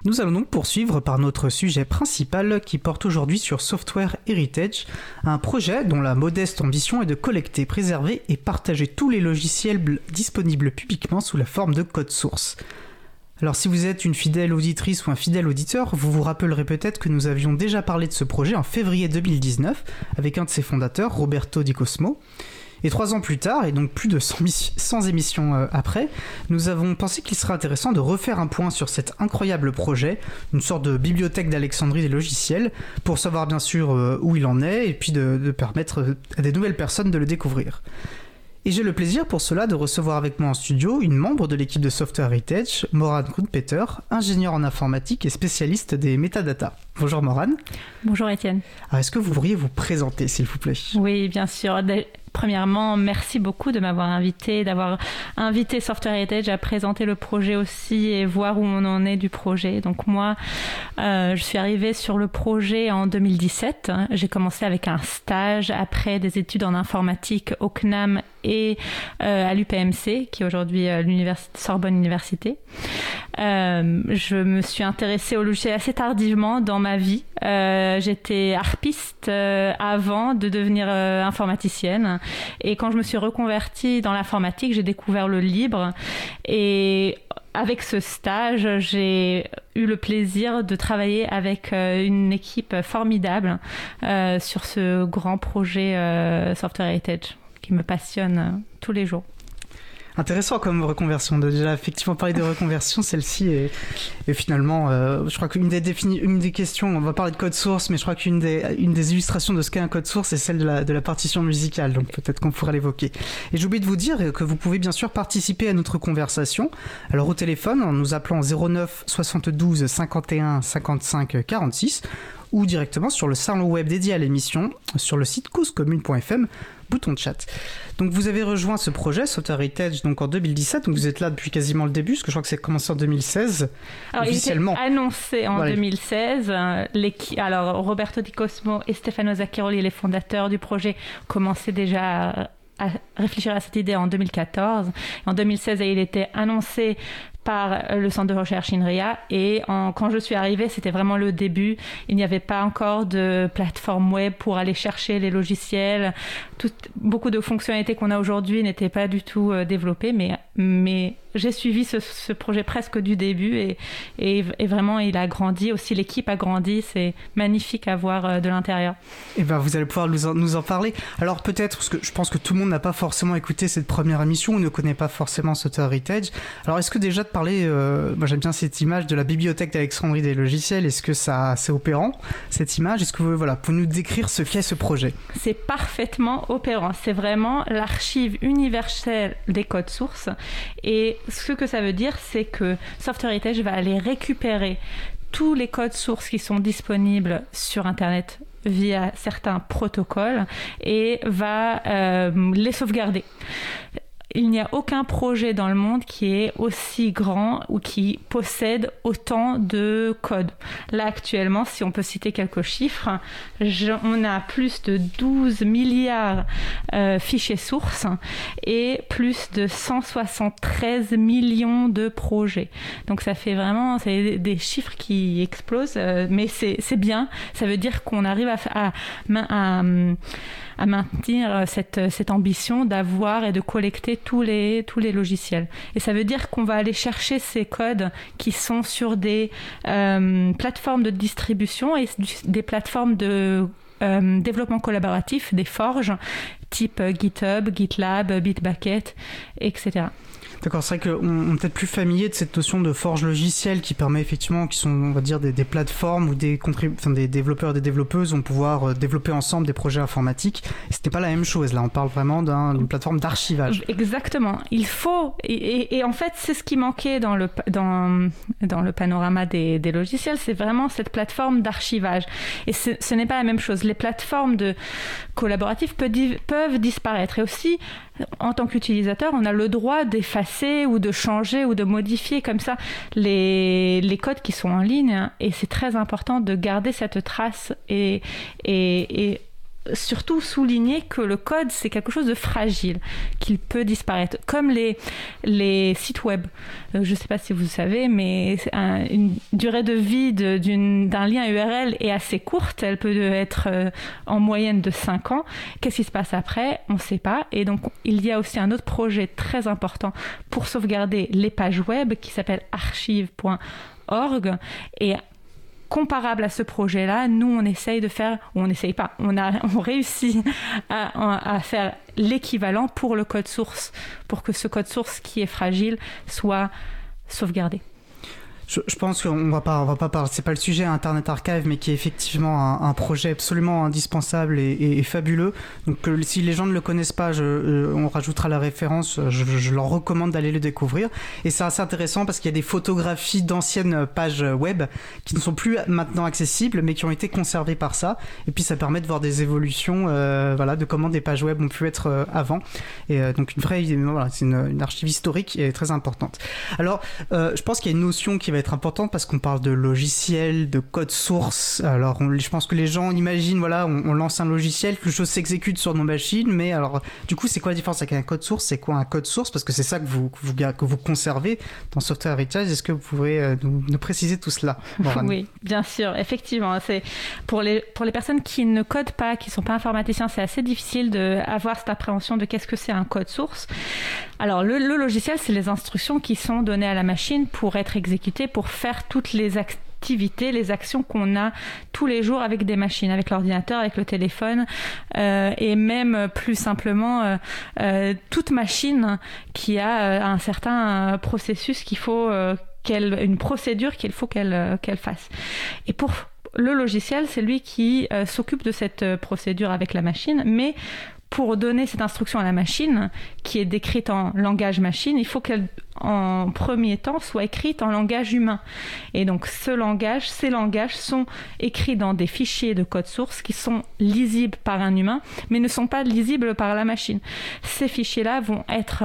Nous allons donc poursuivre par notre sujet principal qui porte aujourd'hui sur Software Heritage, un projet dont la modeste ambition est de collecter, préserver et partager tous les logiciels disponibles publiquement sous la forme de code source. Alors si vous êtes une fidèle auditrice ou un fidèle auditeur, vous vous rappellerez peut-être que nous avions déjà parlé de ce projet en février 2019 avec un de ses fondateurs, Roberto Di Cosmo. Et 3 ans plus tard, et donc plus de 100 émissions après, nous avons pensé qu'il serait intéressant de refaire un point sur cet incroyable projet, une sorte de bibliothèque d'Alexandrie des logiciels, pour savoir bien sûr où il en est, et puis de permettre à des nouvelles personnes de le découvrir. Et j'ai le plaisir pour cela de recevoir avec moi en studio une membre de l'équipe de Software Heritage, Morane Groenpeter, ingénieure en informatique et spécialiste des métadatas. Bonjour Morane. Bonjour Étienne. Alors est-ce que vous pourriez vous présenter s'il vous plaît ? Oui, bien sûr. Premièrement, merci beaucoup de m'avoir invité, d'avoir invité Software Heritage à présenter le projet aussi et voir où on en est du projet. Donc moi, je suis arrivée sur le projet en 2017. J'ai commencé avec un stage après des études en informatique au CNAM et à l'UPMC, qui est aujourd'hui Sorbonne Université. Je me suis intéressée au logiciel assez tardivement dans ma vie. J'étais harpiste avant de devenir informaticienne. Et quand je me suis reconvertie dans l'informatique, j'ai découvert le libre. Et avec ce stage, j'ai eu le plaisir de travailler avec une équipe formidable sur ce grand projet Software Heritage qui me passionne tous les jours. Intéressant comme reconversion, de déjà effectivement parler de reconversion, celle-ci et finalement, je crois qu'une des questions, on va parler de code source, mais je crois qu'une des illustrations de ce qu'est un code source est celle de la partition musicale, donc peut-être qu'on pourrait l'évoquer. Et j'ai oublié de vous dire que vous pouvez bien sûr participer à notre conversation, alors au téléphone en nous appelant 09 72 51 55 46 ou directement sur le salon web dédié à l'émission, sur le site causecommune.fm, bouton de chat. Donc vous avez rejoint ce projet Software Heritage donc en 2017, donc vous êtes là depuis quasiment le début, parce que je crois que c'est commencé en 2016 alors, officiellement. Il était annoncé en 2016. Alors Roberto Di Cosmo et Stefano Zaccheroli, les fondateurs du projet, commençaient déjà à réfléchir à cette idée en 2014. En 2016, il était annoncé par le centre de recherche INRIA et quand je suis arrivée, c'était vraiment le début. Il n'y avait pas encore de plateforme web pour aller chercher les logiciels. Beaucoup de fonctionnalités qu'on a aujourd'hui n'étaient pas du tout développées, mais j'ai suivi ce projet presque du début et vraiment il a grandi. Aussi l'équipe a grandi, c'est magnifique à voir de l'intérieur. Et ben vous allez pouvoir nous en parler. Alors peut-être, parce que je pense que tout le monde n'a pas forcément écouté cette première émission ou ne connaît pas forcément Software Heritage. Alors est-ce que déjà de parler, moi j'aime bien cette image de la bibliothèque d'Alexandrie des logiciels, est-ce que c'est opérant cette image ? Est-ce que vous pouvez nous décrire ce qu'est ce projet ? C'est parfaitement opérant, c'est vraiment l'archive universelle des codes sources et ce que ça veut dire, c'est que Software Heritage va aller récupérer tous les codes sources qui sont disponibles sur Internet via certains protocoles et va les sauvegarder. Il n'y a aucun projet dans le monde qui est aussi grand ou qui possède autant de codes. Là, actuellement, si on peut citer quelques chiffres, on a plus de 12 milliards fichiers sources et plus de 173 millions de projets. Donc, ça fait vraiment c'est des chiffres qui explosent, mais c'est bien. Ça veut dire qu'on arrive à maintenir cette ambition d'avoir et de collecter tous les logiciels. Et ça veut dire qu'on va aller chercher ces codes qui sont sur des plateformes de distribution et des plateformes de développement collaboratif, des forges, type GitHub, GitLab, Bitbucket, etc. D'accord, c'est vrai qu'on est peut-être plus familier de cette notion de forge logicielle qui permet effectivement, qui sont, on va dire, des plateformes où des développeurs et des développeuses vont pouvoir développer ensemble des projets informatiques. Et c'était pas la même chose, là on parle vraiment d'une plateforme d'archivage. Exactement, il faut, et en fait c'est ce qui manquait dans le panorama des logiciels, c'est vraiment cette plateforme d'archivage. Et ce n'est pas la même chose, les plateformes collaboratives peuvent disparaître. Et aussi, en tant qu'utilisateur, on a le droit d'effacer ou de changer ou de modifier comme ça les codes qui sont en ligne, et c'est très important de garder cette trace et surtout souligner que le code, c'est quelque chose de fragile, qu'il peut disparaître. Comme les sites web. Je ne sais pas si vous savez, mais une durée de vie d'un lien URL est assez courte. Elle peut être en moyenne de 5 ans. Qu'est-ce qui se passe après ? On ne sait pas. Et donc, il y a aussi un autre projet très important pour sauvegarder les pages web qui s'appelle archive.org. Et comparable à ce projet-là, nous, on essaye de faire, ou on n'essaye pas, on réussit à faire l'équivalent pour le code source, pour que ce code source qui est fragile soit sauvegardé. Je pense qu'on va pas parler, c'est pas le sujet Internet Archive, mais qui est effectivement un projet absolument indispensable et fabuleux. Donc si les gens ne le connaissent pas, on rajoutera la référence, je leur recommande d'aller le découvrir. Et c'est assez intéressant parce qu'il y a des photographies d'anciennes pages web qui ne sont plus maintenant accessibles, mais qui ont été conservées par ça. Et puis ça permet de voir des évolutions de comment des pages web ont pu être avant. Et donc c'est une archive historique et très importante. Alors, je pense qu'il y a une notion qui va être importante parce qu'on parle de logiciel, de code source. Alors, je pense que les gens imaginent, on lance un logiciel, quelque chose s'exécute sur nos machines, mais alors, du coup, c'est quoi la différence avec un code source ? C'est quoi un code source ? Parce que c'est ça que vous conservez dans Software Heritage. Est-ce que vous pouvez nous préciser tout cela ? Oui, bien sûr, effectivement. C'est pour les personnes qui ne codent pas, qui ne sont pas informaticiens, c'est assez difficile d'avoir cette appréhension de qu'est-ce que c'est un code source. Alors, le logiciel, c'est les instructions qui sont données à la machine pour être exécutées, pour faire toutes les activités, les actions qu'on a tous les jours avec des machines, avec l'ordinateur, avec le téléphone, et même plus simplement toute machine qui a un certain processus qu'il faut une procédure qu'il faut qu'elle fasse. Et pour le logiciel, c'est lui qui s'occupe de cette procédure avec la machine, mais pour donner cette instruction à la machine, qui est décrite en langage machine, il faut qu'elle, en premier temps, soit écrite en langage humain. Et donc, ces langages sont écrits dans des fichiers de code source qui sont lisibles par un humain, mais ne sont pas lisibles par la machine. Ces fichiers-là vont être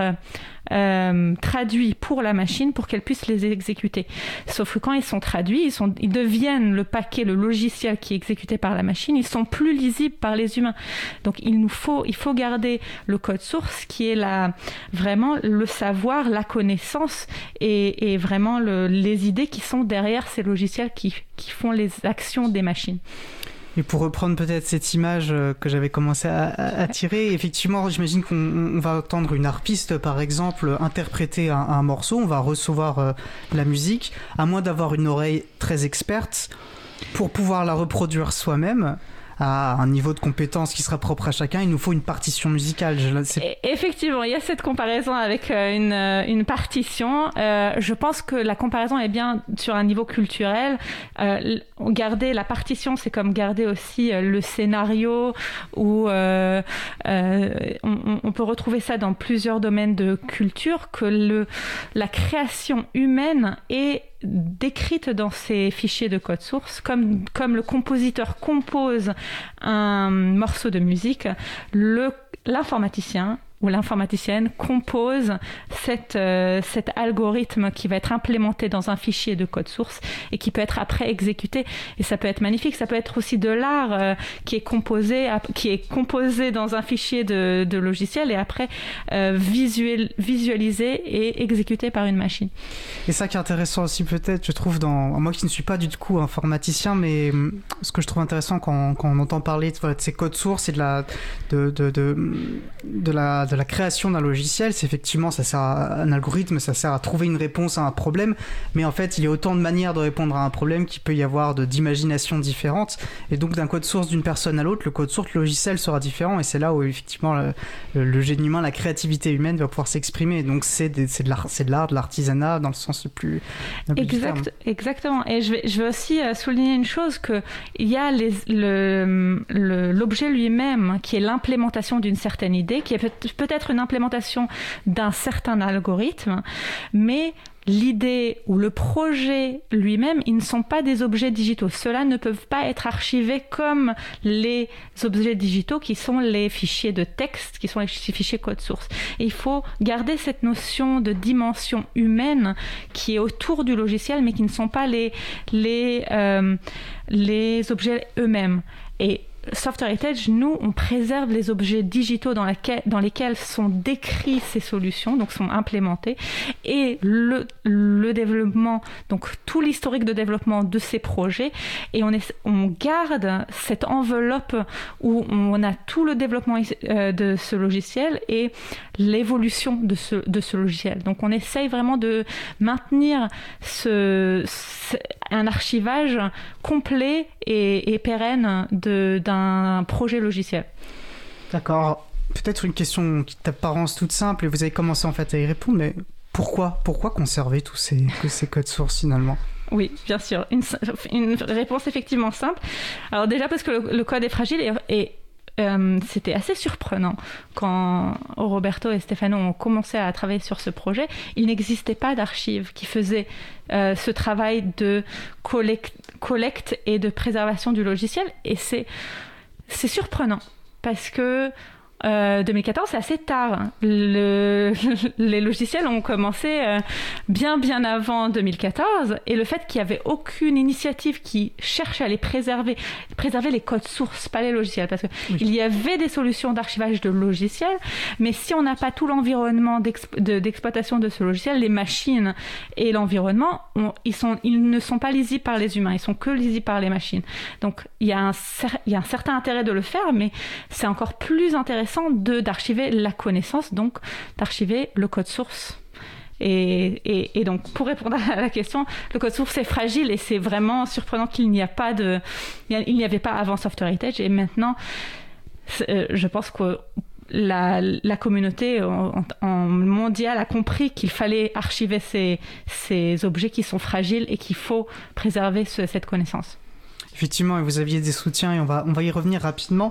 traduits pour la machine pour qu'elle puisse les exécuter. Sauf que quand ils sont traduits, ils deviennent le logiciel qui est exécuté par la machine, ils sont plus lisibles par les humains. Donc il faut garder le code source qui est vraiment le savoir, la connaissance et vraiment les idées qui sont derrière ces logiciels qui font les actions des machines. Et pour reprendre peut-être cette image que j'avais commencé à tirer, effectivement, j'imagine qu'on va entendre une harpiste, par exemple, interpréter un morceau, on va recevoir la musique, à moins d'avoir une oreille très experte, pour pouvoir la reproduire soi-même, à un niveau de compétence qui sera propre à chacun, il nous faut une partition musicale. Effectivement, il y a cette comparaison avec une partition. Je pense que la comparaison est bien sur un niveau culturel. Garder la partition, c'est comme garder aussi le scénario, où on peut retrouver ça dans plusieurs domaines de culture, que la création humaine est décrite dans ces fichiers de code source, comme le compositeur compose un morceau de musique, l'informaticien ou l'informaticienne compose cet algorithme qui va être implémenté dans un fichier de code source et qui peut être après exécuté. Et ça peut être magnifique. Ça peut être aussi de l'art qui est composé dans un fichier de logiciel et après visualisé et exécuté par une machine. Et ça qui est intéressant aussi peut-être, je trouve, moi qui ne suis pas du tout informaticien, mais ce que je trouve intéressant quand on entend parler de ces codes sources et de la création d'un logiciel, c'est effectivement, ça sert à un algorithme, ça sert à trouver une réponse à un problème, mais en fait il y a autant de manières de répondre à un problème qu'il peut y avoir d'imagination différentes, et donc d'un code source d'une personne à l'autre, le code source logiciel sera différent, et c'est là où effectivement le génie humain, la créativité humaine va pouvoir s'exprimer. Donc c'est de l'art, de l'artisanat dans le sens le plus noble du terme. Exactement. Et je veux aussi souligner une chose, que il y a l'objet lui-même qui est l'implémentation d'une certaine idée, qui est peut-être une implémentation d'un certain algorithme, mais l'idée ou le projet lui-même, ils ne sont pas des objets digitaux. Ceux-là ne peuvent pas être archivés comme les objets digitaux qui sont les fichiers de texte, qui sont les fichiers code source. Et il faut garder cette notion de dimension humaine qui est autour du logiciel, mais qui ne sont pas les objets eux-mêmes. Et Software Heritage, nous, on préserve les objets digitaux dans lesquels sont décrits ces solutions, donc sont implémentés, et le développement, donc tout l'historique de développement de ces projets, et on garde cette enveloppe où on a tout le développement de ce logiciel et l'évolution de ce logiciel. Donc on essaye vraiment de maintenir un archivage complet et pérenne d'un projet logiciel. D'accord. Peut-être une question qui t'apparence toute simple et vous avez commencé en fait à y répondre, mais pourquoi conserver tous ces codes sources finalement ? Oui, bien sûr. Une réponse effectivement simple. Alors déjà parce que le code est fragile et c'était assez surprenant quand Roberto et Stefano ont commencé à travailler sur ce projet. Il n'existait pas d'archives qui faisaient ce travail de collecte et de préservation du logiciel, et c'est surprenant parce que 2014, c'est assez tard. Les logiciels ont commencé bien avant 2014, et le fait qu'il n'y avait aucune initiative qui cherche à les préserver les codes sources, pas les logiciels, parce qu'il y avait des solutions d'archivage de logiciels, mais si on n'a pas tout l'environnement d'exploitation de ce logiciel, les machines et l'environnement, ils ne sont pas lisibles par les humains, ils sont que lisibles par les machines. Donc il y a un certain intérêt de le faire, mais c'est encore plus intéressant d'archiver la connaissance, donc d'archiver le code source. Et donc, pour répondre à la question, le code source est fragile et c'est vraiment surprenant qu'il n'y avait pas avant Software Heritage, et maintenant, je pense que la communauté mondiale a compris qu'il fallait archiver ces objets qui sont fragiles et qu'il faut préserver cette connaissance. Effectivement, vous aviez des soutiens et on va y revenir rapidement.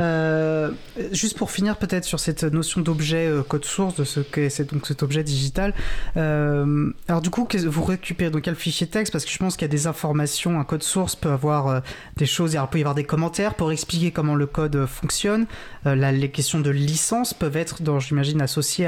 Juste pour finir peut-être sur cette notion d'objet code source, de ce qu'est donc cet objet digital. Alors du coup, vous récupérez donc quel fichier texte, parce que je pense qu'il y a des informations, un code source peut avoir des choses, il peut y avoir des commentaires pour expliquer comment le code fonctionne. Les questions de licence peuvent être, j'imagine, associées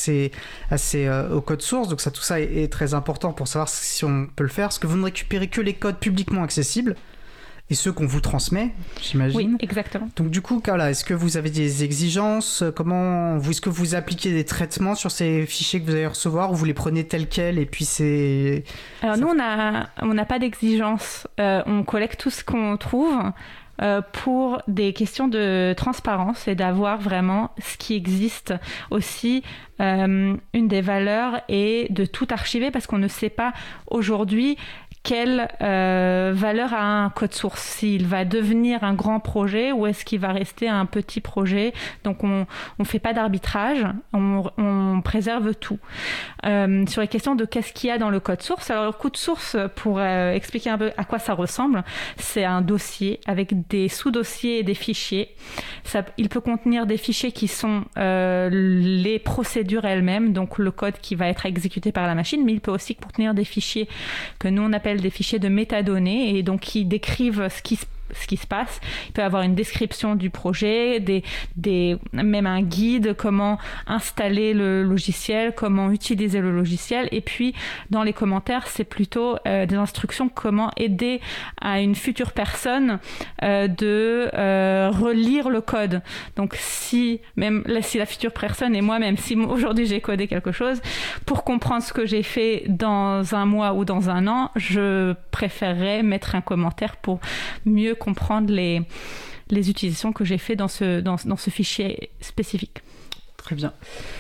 au code source. Donc tout ça est très important pour savoir si on peut le faire. Parce que vous ne récupérez que les codes publiquement accessibles et ceux qu'on vous transmet, j'imagine. Oui, exactement. Donc du coup, Carla, est-ce que vous avez des exigences ? Est-ce que vous appliquez des traitements sur ces fichiers que vous allez recevoir, ou vous les prenez tels quels et puis c'est... Alors nous, on n'a pas d'exigence. On collecte tout ce qu'on trouve pour des questions de transparence et d'avoir vraiment ce qui existe aussi. Une des valeurs est de tout archiver, parce qu'on ne sait pas aujourd'hui quelle valeur a un code source, s'il va devenir un grand projet ou est-ce qu'il va rester un petit projet. Donc on fait pas d'arbitrage, on préserve tout. Sur les questions de qu'est-ce qu'il y a dans le code source, alors le code source, pour expliquer un peu à quoi ça ressemble, c'est un dossier avec des sous-dossiers et des fichiers. Il peut contenir des fichiers qui sont les procédures elles-mêmes, donc le code qui va être exécuté par la machine, mais il peut aussi contenir des fichiers que nous on appelle des fichiers de métadonnées, et donc qui décrivent ce qui se passe. Il peut y avoir une description du projet, même un guide, comment installer le logiciel, comment utiliser le logiciel, et puis dans les commentaires, c'est plutôt des instructions comment aider à une future personne de relire le code. Donc si la future personne et moi-même, si aujourd'hui j'ai codé quelque chose, pour comprendre ce que j'ai fait dans un mois ou dans un an, je préférerais mettre un commentaire pour mieux comprendre les utilisations que j'ai fait dans ce fichier spécifique. Très bien.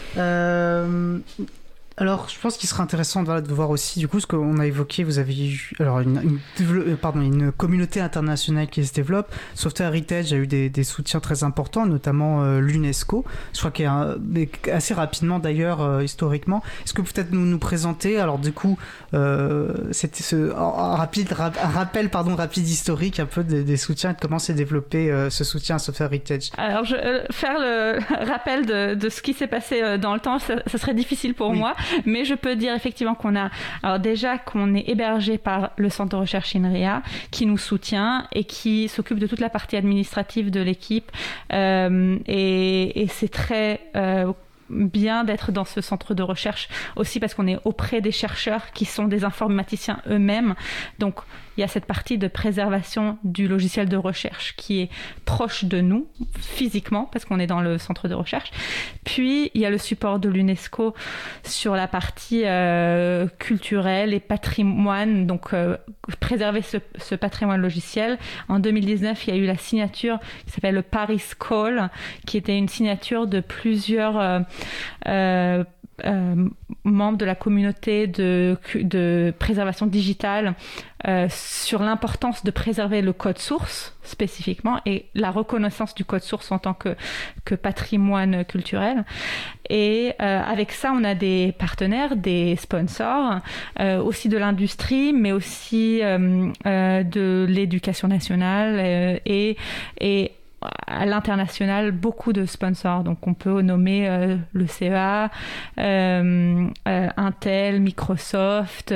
Alors, je pense qu'il serait intéressant de voir aussi, du coup, ce qu'on a évoqué. Vous avez eu une communauté internationale qui se développe. Software Heritage a eu des soutiens très importants, notamment l'UNESCO. Je crois qu'il y a assez rapidement, d'ailleurs, historiquement. Est-ce que peut-être nous présenter, alors du coup, c'était un rapide historique un peu des soutiens et de comment s'est développé ce soutien à Software Heritage. Alors, faire le rappel de ce qui s'est passé dans le temps, ça serait difficile pour moi. Mais je peux dire effectivement qu'on est hébergé par le centre de recherche INRIA, qui nous soutient et qui s'occupe de toute la partie administrative de l'équipe. Et c'est très bien d'être dans ce centre de recherche aussi, parce qu'on est auprès des chercheurs qui sont des informaticiens eux-mêmes. Donc il y a cette partie de préservation du logiciel de recherche qui est proche de nous, physiquement, parce qu'on est dans le centre de recherche. Puis, il y a le support de l'UNESCO sur la partie culturelle et patrimoine, donc préserver ce patrimoine logiciel. En 2019, il y a eu la signature qui s'appelle le Paris Call, qui était une signature de plusieurs membres de la communauté de préservation digitale sur l'importance de préserver le code source spécifiquement et la reconnaissance du code source en tant que patrimoine culturel. Et avec ça, on a des partenaires, des sponsors, aussi de l'industrie, mais aussi de l'éducation nationale et à l'international, beaucoup de sponsors. Donc, on peut nommer le CEA, Intel, Microsoft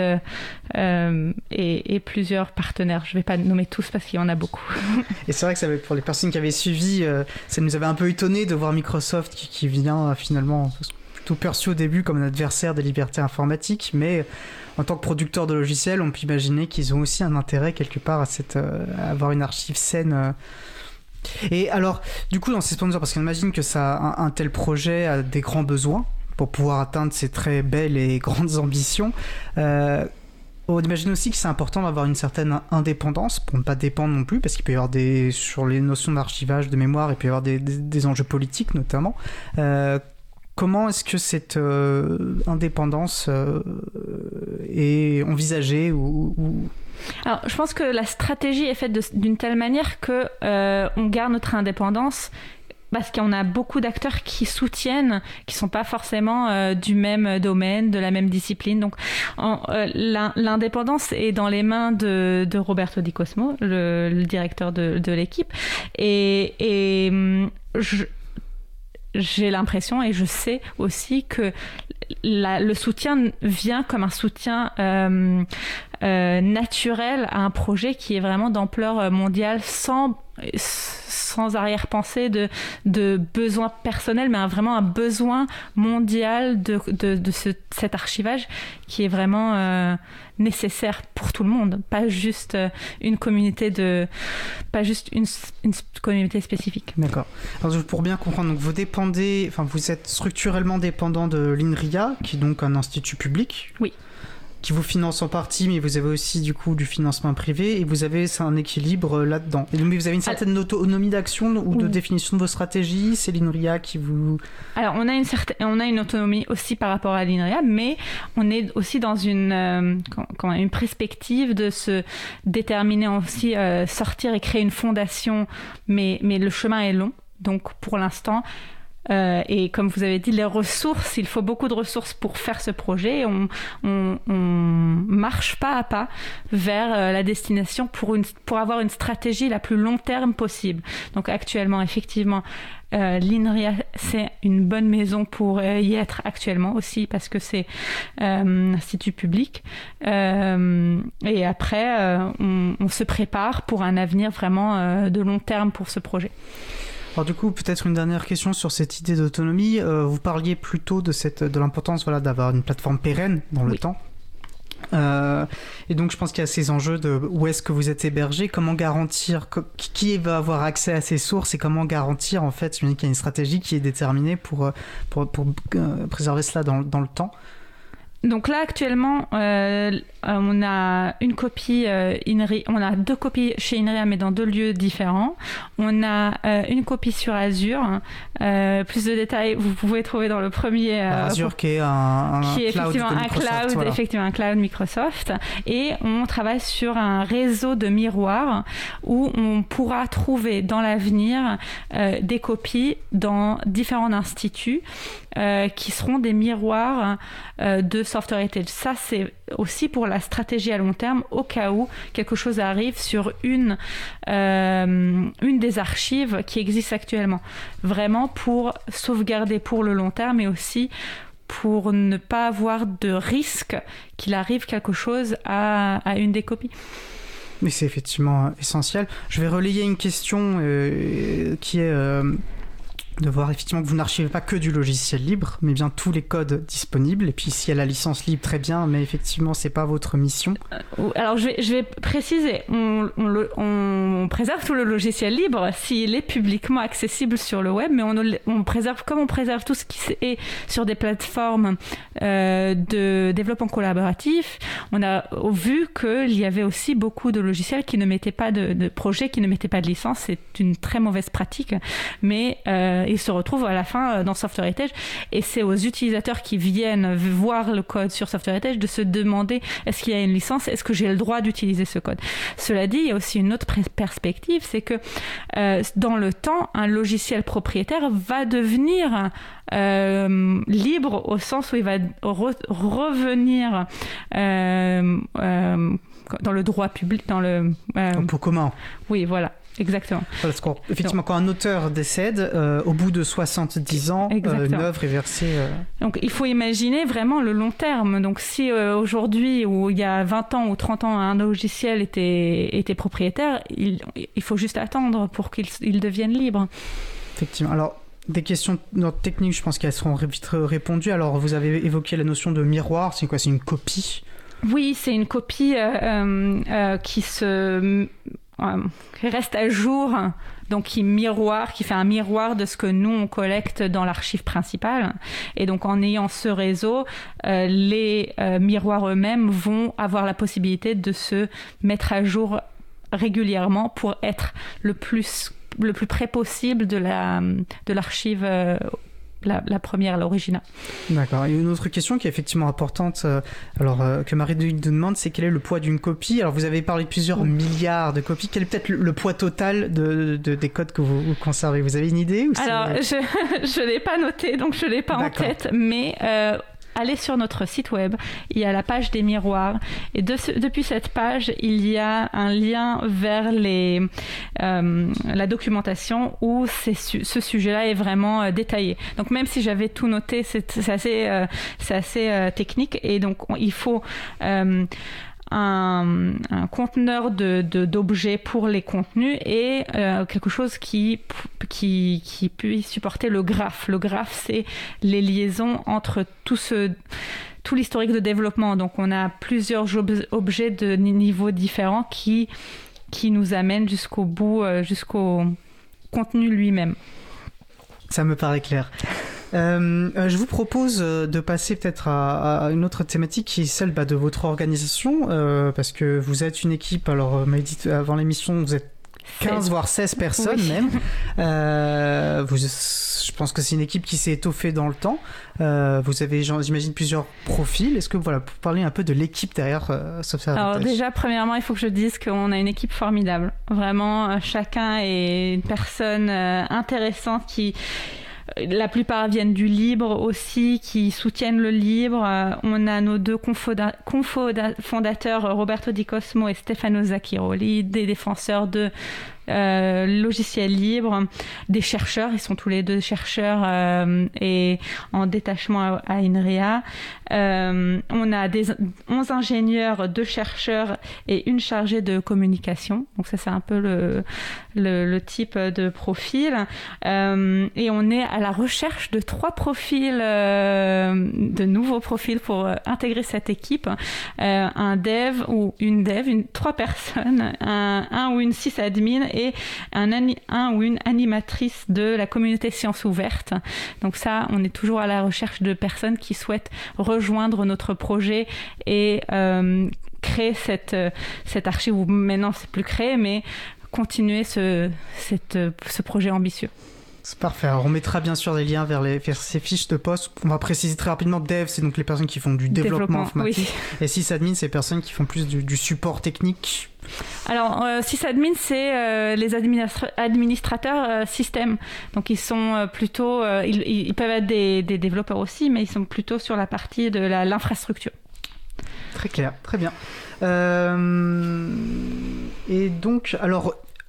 et plusieurs partenaires. Je ne vais pas nommer tous parce qu'il y en a beaucoup. Et c'est vrai que pour les personnes qui avaient suivi, ça nous avait un peu étonné de voir Microsoft qui vient finalement plutôt perçu au début comme un adversaire des libertés informatiques, mais en tant que producteur de logiciels, on peut imaginer qu'ils ont aussi un intérêt quelque part à avoir une archive saine. Et alors, du coup, dans ces sponsors, parce qu'on imagine que un tel projet a des grands besoins pour pouvoir atteindre ses très belles et grandes ambitions, on imagine aussi que c'est important d'avoir une certaine indépendance pour ne pas dépendre non plus, parce qu'il peut y avoir sur les notions d'archivage, de mémoire, il peut y avoir des enjeux politiques notamment. Comment est-ce que cette indépendance est envisagée Alors, je pense que la stratégie est faite d'une telle manière que on garde notre indépendance parce qu'on a beaucoup d'acteurs qui soutiennent, qui sont pas forcément du même domaine, de la même discipline. Donc, l'indépendance est dans les mains de Roberto Di Cosmo, le directeur de l'équipe, et j'ai l'impression et je sais aussi que le soutien vient comme un soutien naturel à un projet qui est vraiment d'ampleur mondiale, sans arrière-pensée de besoin personnel, mais vraiment un besoin mondial de cet archivage qui est vraiment nécessaire pour tout le monde, pas juste une communauté une communauté spécifique. D'accord. Alors pour bien comprendre, donc vous êtes structurellement dépendant de l'INRIA, qui est donc un institut public. Oui. Qui vous finance en partie, mais vous avez aussi du coup du financement privé, et c'est un équilibre là-dedans. Et donc, vous avez une certaine autonomie d'action ou de définition de vos stratégies. C'est l'INRIA qui vous... Alors on a une autonomie aussi par rapport à l'INRIA, mais on est aussi dans une perspective de se déterminer aussi, sortir et créer une fondation, mais le chemin est long. Donc pour l'instant, et comme vous avez dit, les ressources, il faut beaucoup de ressources pour faire ce projet. On marche pas à pas vers la destination pour avoir une stratégie la plus long terme possible. Donc actuellement, effectivement, l'INRIA, c'est une bonne maison pour y être actuellement aussi, parce que c'est un institut public. Et après, on se prépare pour un avenir vraiment de long terme pour ce projet. Alors du coup, peut-être une dernière question sur cette idée d'autonomie. Vous parliez plutôt de l'importance d'avoir une plateforme pérenne dans le temps. Et donc je pense qu'il y a ces enjeux de où est-ce que vous êtes hébergé, comment garantir qui va avoir accès à ces sources, et comment garantir en fait qu'il y a une stratégie qui est déterminée pour préserver cela dans le temps. Donc là actuellement, on a une copie INRIA, on a 2 copies chez INRIA mais dans 2 lieux différents. On a une copie sur Azure. Plus de détails vous pouvez trouver dans le premier. Azure qui est effectivement un cloud, voilà. Effectivement un cloud Microsoft. Et on travaille sur un réseau de miroirs où on pourra trouver dans l'avenir des copies dans différents instituts qui seront des miroirs de Software Heritage. Ça, c'est aussi pour la stratégie à long terme, au cas où quelque chose arrive sur une des archives qui existent actuellement. Vraiment pour sauvegarder pour le long terme, mais aussi pour ne pas avoir de risque qu'il arrive quelque chose à une des copies. Mais c'est effectivement essentiel. Je vais relayer une question qui est... de voir effectivement que vous n'archivez pas que du logiciel libre, mais bien tous les codes disponibles. Et puis s'il y a la licence libre, très bien, mais effectivement, c'est pas votre mission. Alors je vais préciser, on préserve tout le logiciel libre s'il est publiquement accessible sur le web, mais on préserve comme on préserve tout ce qui est sur des plateformes de développement collaboratif. On a vu qu'il y avait aussi beaucoup de logiciels qui ne mettaient pas de projets, qui ne mettaient pas de licence. C'est une très mauvaise pratique, mais ils se retrouvent à la fin dans Software Heritage, et c'est aux utilisateurs qui viennent voir le code sur Software Heritage de se demander est-ce qu'il y a une licence, est-ce que j'ai le droit d'utiliser ce code. Cela dit, il y a aussi une autre perspective, c'est que dans le temps, un logiciel propriétaire va devenir libre au sens où il va revenir dans le droit public, dans le pour commun. Oui, voilà. Exactement. Parce qu'effectivement, quand un auteur décède, au bout de 70 ans, une œuvre est versée... Donc, il faut imaginer vraiment le long terme. Donc, si aujourd'hui, ou il y a 20 ans ou 30 ans, un logiciel était propriétaire, il faut juste attendre pour qu'il devienne libre. Effectivement. Alors, des questions techniques, je pense qu'elles seront vite répondues. Alors, vous avez évoqué la notion de miroir. C'est quoi ? C'est une copie ? Oui, c'est une copie qui reste à jour, donc qui fait un miroir de ce que nous on collecte dans l'archive principale. Et donc en ayant ce réseau, les miroirs eux-mêmes vont avoir la possibilité de se mettre à jour régulièrement pour être le plus près possible de l'archive. La première, l'original. D'accord. Et une autre question qui est effectivement importante, que Marie nous demande, c'est quel est le poids d'une copie. Alors vous avez parlé de plusieurs milliards de copies. Quel est peut-être le poids total des codes que vous conservez ? Vous avez une idée ? Alors je ne l'ai pas noté, donc je ne l'ai pas en tête, mais... allez sur notre site web, il y a la page des miroirs, et depuis cette page, il y a un lien vers la documentation où ce sujet-là est vraiment détaillé. Donc même si j'avais tout noté, c'est assez technique, et donc il faut un conteneur d'objets pour les contenus et quelque chose qui puisse supporter le graphe. Le graphe, c'est les liaisons entre tout l'historique de développement. Donc on a plusieurs objets de niveaux différents qui nous amènent jusqu'au bout, jusqu'au contenu lui-même. Ça me paraît clair. Je vous propose de passer peut-être à une autre thématique qui est celle de votre organisation, parce que vous êtes une équipe, alors m'a dit avant l'émission, vous êtes 15 voire 16 personnes même. Je pense que c'est une équipe qui s'est étoffée dans le temps. Vous avez, j'imagine, plusieurs profils. Est-ce que vous parlez un peu de l'équipe derrière Software Heritage ? Alors déjà, premièrement, il faut que je dise qu'on a une équipe formidable. Vraiment, chacun est une personne intéressante qui... La plupart viennent du libre aussi, qui soutiennent le libre. On a nos deux fondateurs, Roberto Di Cosmo et Stefano Zacchiroli, des défenseurs de logiciels libres, des chercheurs, ils sont tous les deux chercheurs et en détachement à INRIA. On a 11 ingénieurs, 2 chercheurs et une chargée de communication. Donc ça, c'est un peu le type de profil. Et on est à la recherche de 3 profils, de nouveaux profils pour intégrer cette équipe. Un dev ou une dev, 3 personnes, un ou une sysadmin et un ou une animatrice de la communauté Sciences Ouvertes. Donc ça, on est toujours à la recherche de personnes qui souhaitent rejoindre notre projet et créer cette archive, ou maintenant c'est plus créer, mais continuer ce projet ambitieux. C'est parfait. Alors on mettra bien sûr des liens vers ces fiches de poste. On va préciser très rapidement, dev, c'est donc les personnes qui font du développement informatique. Oui. Et sysadmin, c'est les personnes qui font plus du support technique. Alors, sysadmin, c'est les administrateurs système. Donc, ils sont plutôt... ils peuvent être des développeurs aussi, mais ils sont plutôt sur la partie de l'infrastructure. Très clair, très bien. Et donc, alors...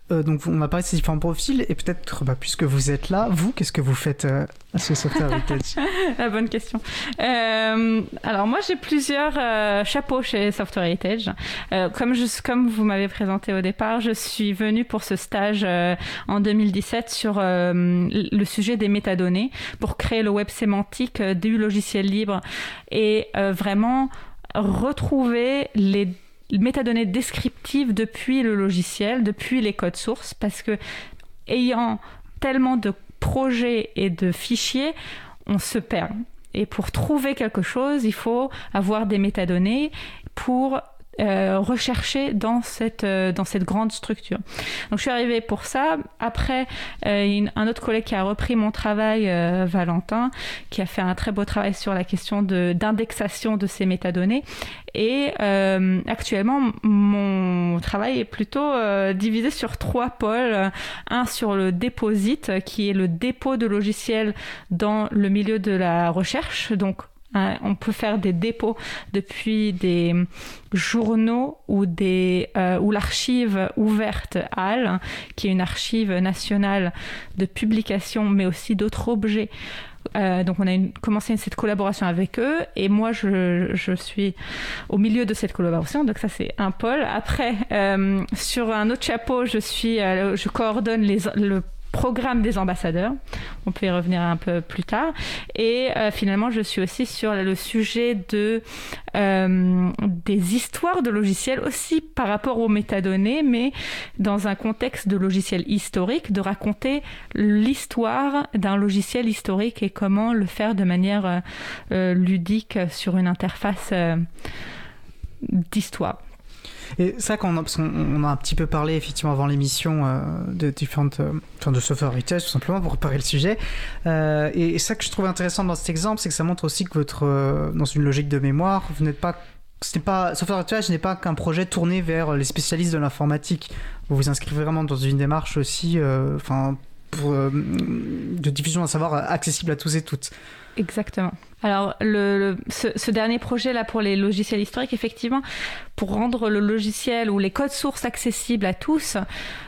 donc on a parlé de ces différents profils et peut-être puisque vous êtes là, vous, qu'est-ce que vous faites à ce Software Heritage? La bonne question. Alors moi j'ai plusieurs chapeaux chez Software Heritage. Comme vous m'avez présenté au départ, je suis venue pour ce stage en 2017 sur le sujet des métadonnées pour créer le web sémantique du logiciel libre et vraiment retrouver les métadonnées descriptives depuis le logiciel, depuis les codes sources, parce que ayant tellement de projets et de fichiers, on se perd. Et pour trouver quelque chose, il faut avoir des métadonnées pour rechercher dans cette grande structure. Donc je suis arrivée pour ça. Après, un autre collègue qui a repris mon travail, Valentin, qui a fait un très beau travail sur la question d'indexation de ces métadonnées. Et actuellement, mon travail est plutôt divisé sur 3 pôles. Un sur le Deposit, qui est le dépôt de logiciels dans le milieu de la recherche. Donc, on peut faire des dépôts depuis des journaux ou l'archive ouverte HAL, qui est une archive nationale de publications, mais aussi d'autres objets. Donc on a commencé cette collaboration avec eux et moi je suis au milieu de cette collaboration, donc ça c'est un pôle. Après sur un autre chapeau je coordonne le programme des ambassadeurs, on peut y revenir un peu plus tard, et finalement je suis aussi sur le sujet des histoires de logiciels aussi par rapport aux métadonnées, mais dans un contexte de logiciel historique, de raconter l'histoire d'un logiciel historique et comment le faire de manière ludique sur une interface d'histoire. Et ça, parce qu'on a un petit peu parlé effectivement avant l'émission de différentes, de Software Heritage, tout simplement pour préparer le sujet. Et ça que je trouve intéressant dans cet exemple, c'est que ça montre aussi que dans une logique de mémoire, vous n'êtes pas, Software Heritage n'est pas qu'un projet tourné vers les spécialistes de l'informatique. Vous vous inscrivez vraiment dans une démarche aussi, de diffusion d'un savoir accessible à tous et toutes. Exactement. Alors, ce dernier projet là pour les logiciels historiques, effectivement, pour rendre le logiciel ou les codes sources accessibles à tous,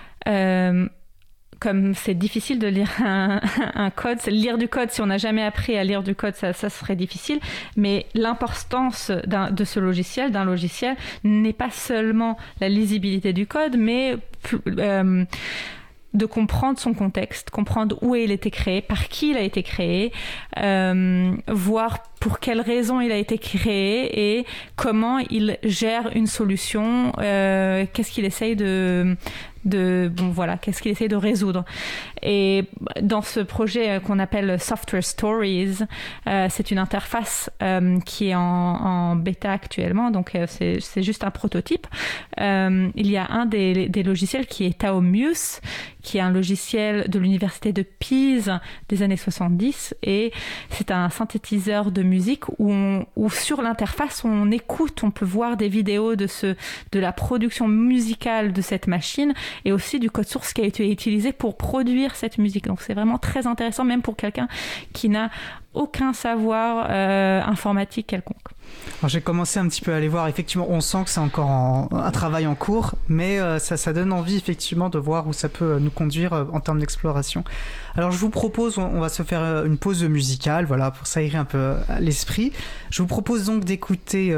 comme c'est difficile de lire un code, lire du code, si on n'a jamais appris à lire du code, ça serait difficile. Mais l'importance de ce logiciel, d'un logiciel, n'est pas seulement la lisibilité du code, mais de comprendre son contexte, comprendre où il a été créé, par qui il a été créé, voir pour quelles raisons il a été créé et comment il gère une solution, qu'est-ce qu'il essaye qu'est-ce qu'il essaie de résoudre. Et dans ce projet qu'on appelle Software Stories, c'est une interface qui est en bêta actuellement, donc c'est juste un prototype. Il y a un des logiciels qui est Taomuse, qui est un logiciel de l'université de Pise des années 70, et c'est un synthétiseur de musique où sur l'interface on écoute, on peut voir des vidéos de la production musicale de cette machine et aussi du code source qui a été utilisé pour produire cette musique. Donc c'est vraiment très intéressant, même pour quelqu'un qui n'a aucun savoir informatique quelconque. Alors j'ai commencé un petit peu à aller voir, effectivement on sent que c'est encore un travail en cours, mais ça donne envie effectivement de voir où ça peut nous conduire en termes d'exploration. Alors je vous propose, on va se faire une pause musicale, voilà, pour s'aérer un peu l'esprit. Je vous propose donc d'écouter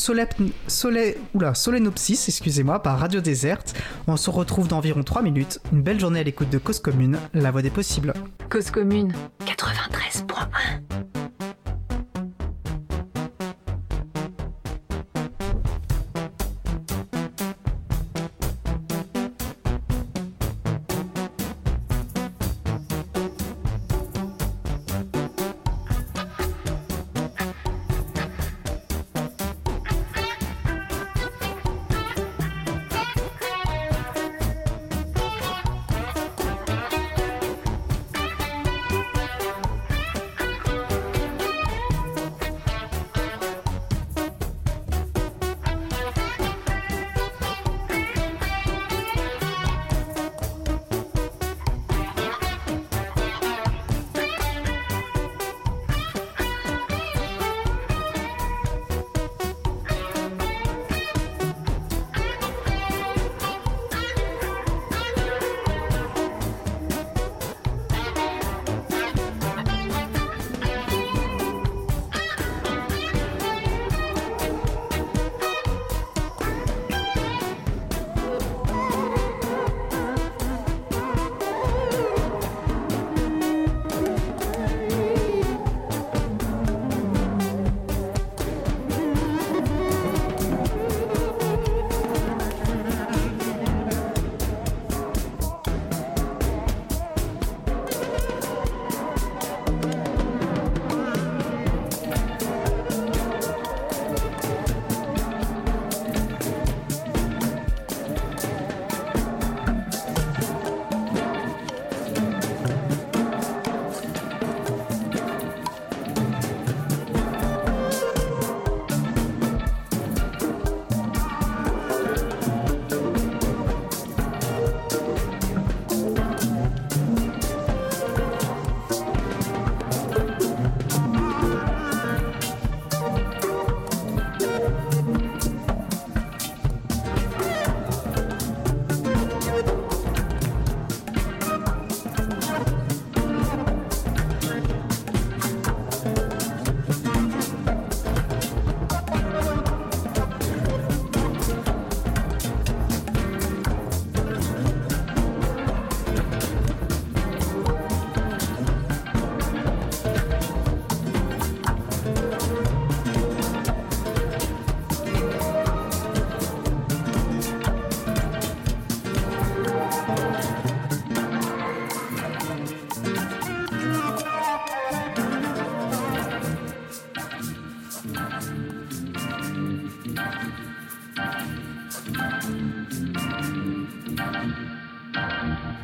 Solenopsis, excusez-moi, par Radio Déserte. On se retrouve dans environ 3 minutes. Une belle journée à l'écoute de Cause Commune, la voix des possibles. Cause Commune 93.1.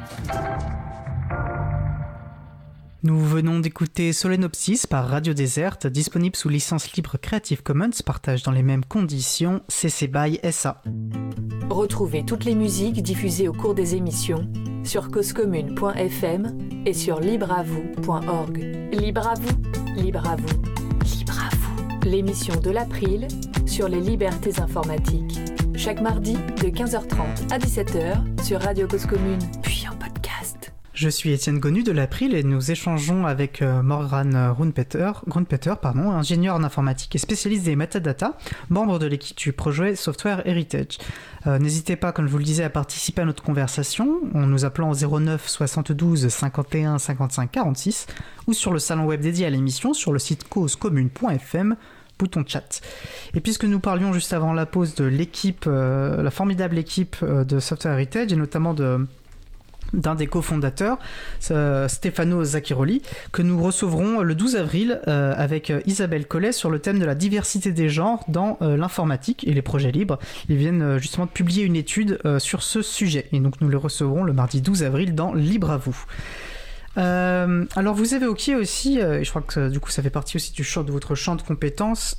Nous venons d'écouter Solenopsis par Radio Déserte, disponible sous licence libre Creative Commons, partage dans les mêmes conditions, CC BY SA. Retrouvez toutes les musiques diffusées au cours des émissions sur causecommune.fm et sur libreavou.org. Libre à vous, libre à vous, libre à vous. L'émission de l'April sur les libertés informatiques. Chaque mardi de 15h30 à 17h sur Radio Cause Commune, puis en podcast. Je suis Étienne Gonu de l'April et nous échangeons avec Morgan Grunpeter, ingénieur en informatique et spécialiste des metadata, membre de l'équipe du projet Software Heritage. N'hésitez pas, comme je vous le disais, à participer à notre conversation en nous appelant au 09 72 51 55 46 ou sur le salon web dédié à l'émission sur le site causecommune.fm, bouton chat. Et puisque nous parlions juste avant la pause de l'équipe, la formidable équipe de Software Heritage et notamment d'un des cofondateurs, Stefano Zacchiroli, que nous recevrons le 12 avril avec Isabelle Collet sur le thème de la diversité des genres dans l'informatique et les projets libres. Ils viennent justement de publier une étude sur ce sujet et donc nous les recevrons le mardi 12 avril dans Libre à vous. Alors vous évoquiez aussi, et je crois que du coup ça fait partie aussi de votre champ de compétences,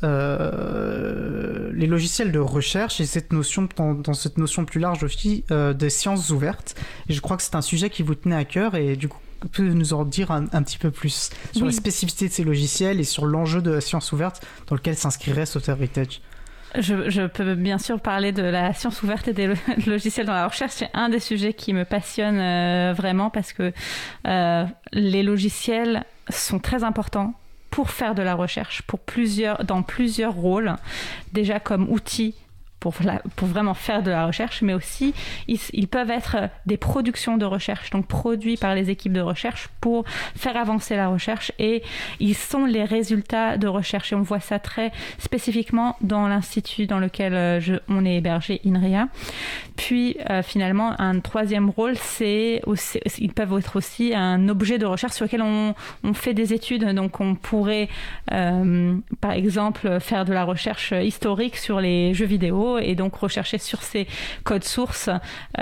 les logiciels de recherche et cette notion, dans cette notion plus large aussi, des sciences ouvertes. Et je crois que c'est un sujet qui vous tenait à cœur et du coup peut nous en dire un petit peu plus sur les spécificités de ces logiciels et sur l'enjeu de la science ouverte dans lequel s'inscrirait Software Heritage. Je peux bien sûr parler de la science ouverte et des logiciels dans la recherche. C'est un des sujets qui me passionne vraiment parce que les logiciels sont très importants pour faire de la recherche, dans plusieurs rôles, déjà comme outils pour vraiment faire de la recherche, mais aussi ils peuvent être des productions de recherche, donc produits par les équipes de recherche pour faire avancer la recherche, et ils sont les résultats de recherche. Et on voit ça très spécifiquement dans l'institut dans lequel on est hébergé, INRIA. Puis finalement, un troisième rôle, ils peuvent être aussi un objet de recherche sur lequel on fait des études. Donc on pourrait par exemple faire de la recherche historique sur les jeux vidéo et donc rechercher sur ces codes sources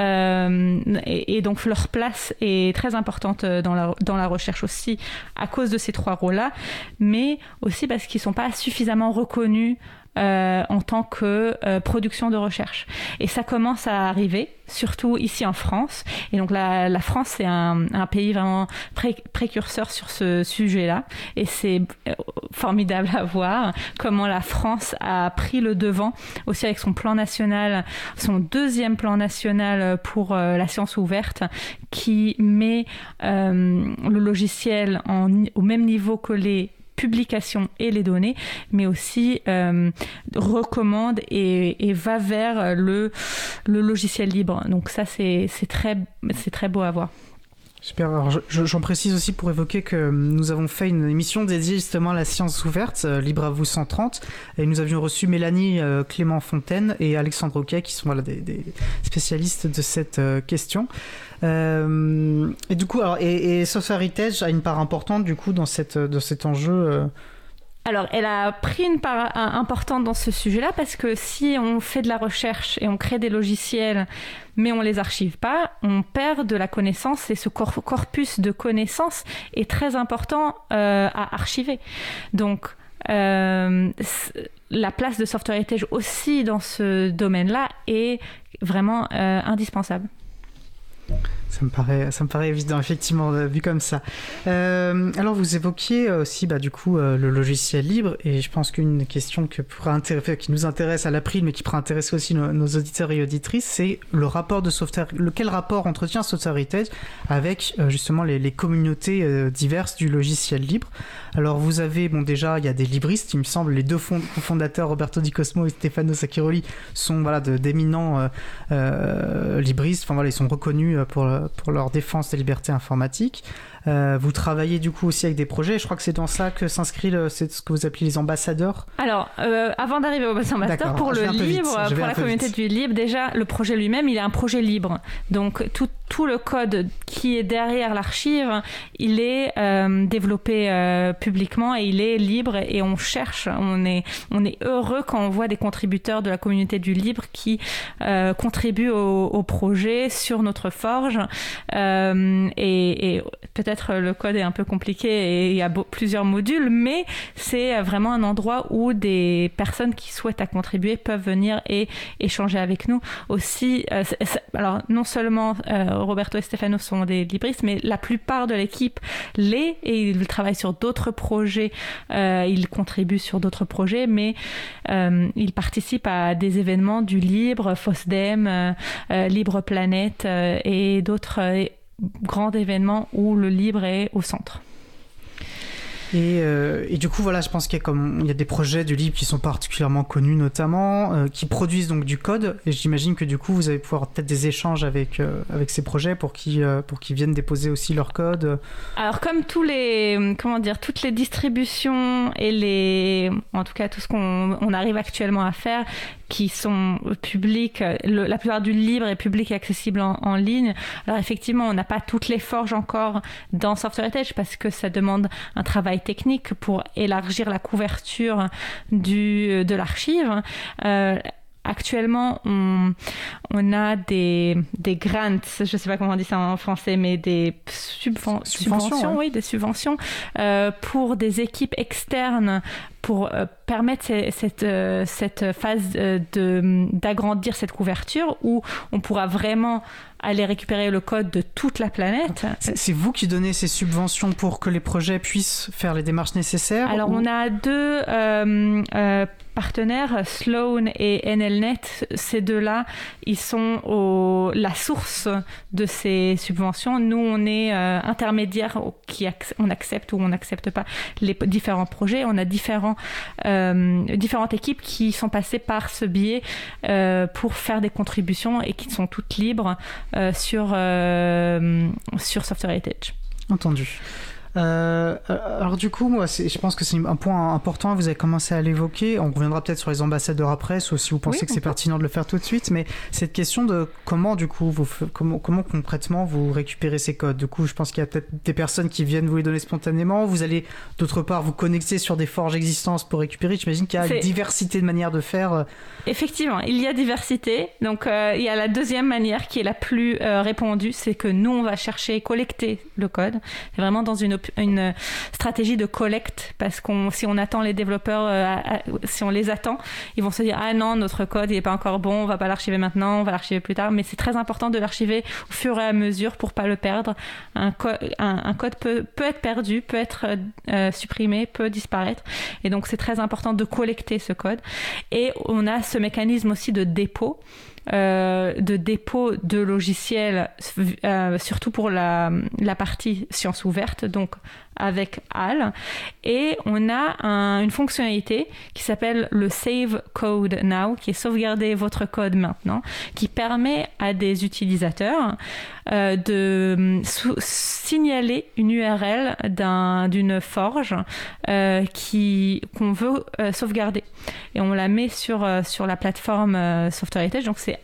et donc leur place est très importante dans la recherche aussi à cause de ces trois rôles-là, mais aussi parce qu'ils ne sont pas suffisamment reconnus en tant que production de recherche. Et ça commence à arriver, surtout ici en France. Et donc la France, c'est un pays vraiment précurseur sur ce sujet-là. Et c'est formidable à voir comment la France a pris le devant, aussi avec son plan national, son deuxième plan national pour la science ouverte, qui met le logiciel au même niveau que les publications et les données, mais aussi recommande et va vers le logiciel libre. Donc ça, c'est très beau à voir. Super, alors j'en précise aussi pour évoquer que nous avons fait une émission dédiée justement à la science ouverte, Libre à vous 130, et nous avions reçu Mélanie Clément Fontaine et Alexandre Auquet qui sont des spécialistes de cette question. Et du coup, et Software Heritage a une part importante du coup dans cet enjeu. Alors, elle a pris une part importante dans ce sujet-là parce que si on fait de la recherche et on crée des logiciels, mais on les archive pas, on perd de la connaissance, et ce corpus de connaissances est très important à archiver. Donc, la place de Software Heritage aussi dans ce domaine-là est vraiment indispensable. Ça me paraît évident, effectivement, vu comme ça. Alors, vous évoquiez aussi, du coup, le logiciel libre, et je pense qu'une question qui nous intéresse à l'April, mais qui pourrait intéresser aussi nos auditeurs et auditrices, c'est le rapport de quel rapport entretient Software Heritage avec justement les communautés diverses du logiciel libre. Alors, vous avez, déjà, il y a des libristes, il me semble, les deux fondateurs, Roberto Di Cosmo et Stefano Zacchiroli, sont d'éminents libristes. Enfin voilà, ils sont reconnus pour leur défense des libertés informatiques. Vous travaillez du coup aussi avec des projets, je crois que c'est dans ça que s'inscrit c'est ce que vous appelez les ambassadeurs. Alors, avant d'arriver aux ambassadeurs, pour le libre, pour la communauté du libre, déjà, le projet lui-même, il est un projet libre. Donc, tout le code qui est derrière l'archive, il est développé publiquement et il est libre, et on cherche, on est heureux quand on voit des contributeurs de la communauté du libre qui contribuent au projet sur notre forge et peut-être le code est un peu compliqué et il y a plusieurs modules, mais c'est vraiment un endroit où des personnes qui souhaitent à contribuer peuvent venir et échanger avec nous aussi. Alors non seulement Roberto et Stefano sont des libristes, mais la plupart de l'équipe l'est et ils travaillent sur d'autres projets, ils contribuent sur d'autres projets, mais ils participent à des événements du Libre, FOSDEM, Libre Planète et d'autres grands événements où le libre est au centre. Et du coup, voilà, je pense qu'il y a des projets du libre qui sont particulièrement connus, notamment, qui produisent donc du code. Et j'imagine que du coup, vous allez pouvoir peut-être des échanges avec ces projets pour qu'ils viennent déposer aussi leur code. Alors, comme toutes les distributions et en tout cas tout ce qu'on arrive actuellement à faire, qui sont publics, la plupart du libre est public et accessible en ligne. Alors effectivement, on n'a pas toutes les forges encore dans Software Heritage parce que ça demande un travail technique pour élargir la couverture de l'archive. Actuellement, on a des grants, je ne sais pas comment on dit ça en français, mais des subventions, oui, des subventions pour des équipes externes pour permettre cette phase d'agrandir cette couverture où on pourra vraiment aller récupérer le code de toute la planète. C'est vous qui donnez ces subventions pour que les projets puissent faire les démarches nécessaires? Alors, on a deux partenaires, Sloan et NLNet. Ces deux-là, ils sont la source de ces subventions. Nous, on est intermédiaire, on accepte ou on n'accepte pas les différents projets. On a différentes équipes qui sont passées par ce biais pour faire des contributions et qui sont toutes libres sur Software Heritage. Entendu. Alors du coup, moi, je pense que c'est un point important, vous avez commencé à l'évoquer, on reviendra peut-être sur les ambassadeurs après, sauf si vous pensez que c'est pertinent de le faire tout de suite, mais cette question de comment du coup, comment concrètement vous récupérez ces codes. Du coup, je pense qu'il y a peut-être des personnes qui viennent vous les donner spontanément, vous allez d'autre part vous connecter sur des forges existantes pour récupérer, j'imagine qu'il y a une diversité de manières de faire. Effectivement, il y a diversité, donc il y a la deuxième manière qui est la plus répandue, c'est que nous on va chercher et collecter le code, c'est vraiment dans une stratégie de collecte, parce si on attend les développeurs, si on les attend, ils vont se dire ah non, notre code il est pas encore bon, on va pas l'archiver maintenant, on va l'archiver plus tard. Mais c'est très important de l'archiver au fur et à mesure pour pas le perdre. Un code peut être perdu, peut être supprimé, peut disparaître, et donc c'est très important de collecter ce code. Et on a ce mécanisme aussi de dépôt de logiciels, surtout pour la partie sciences ouvertes, donc avec HAL. Et on a une fonctionnalité qui s'appelle le Save Code Now, qui est sauvegarder votre code maintenant, qui permet à des utilisateurs de signaler une URL d'une forge qu'on veut sauvegarder. Et on la met sur la plateforme Software Heritage, donc c'est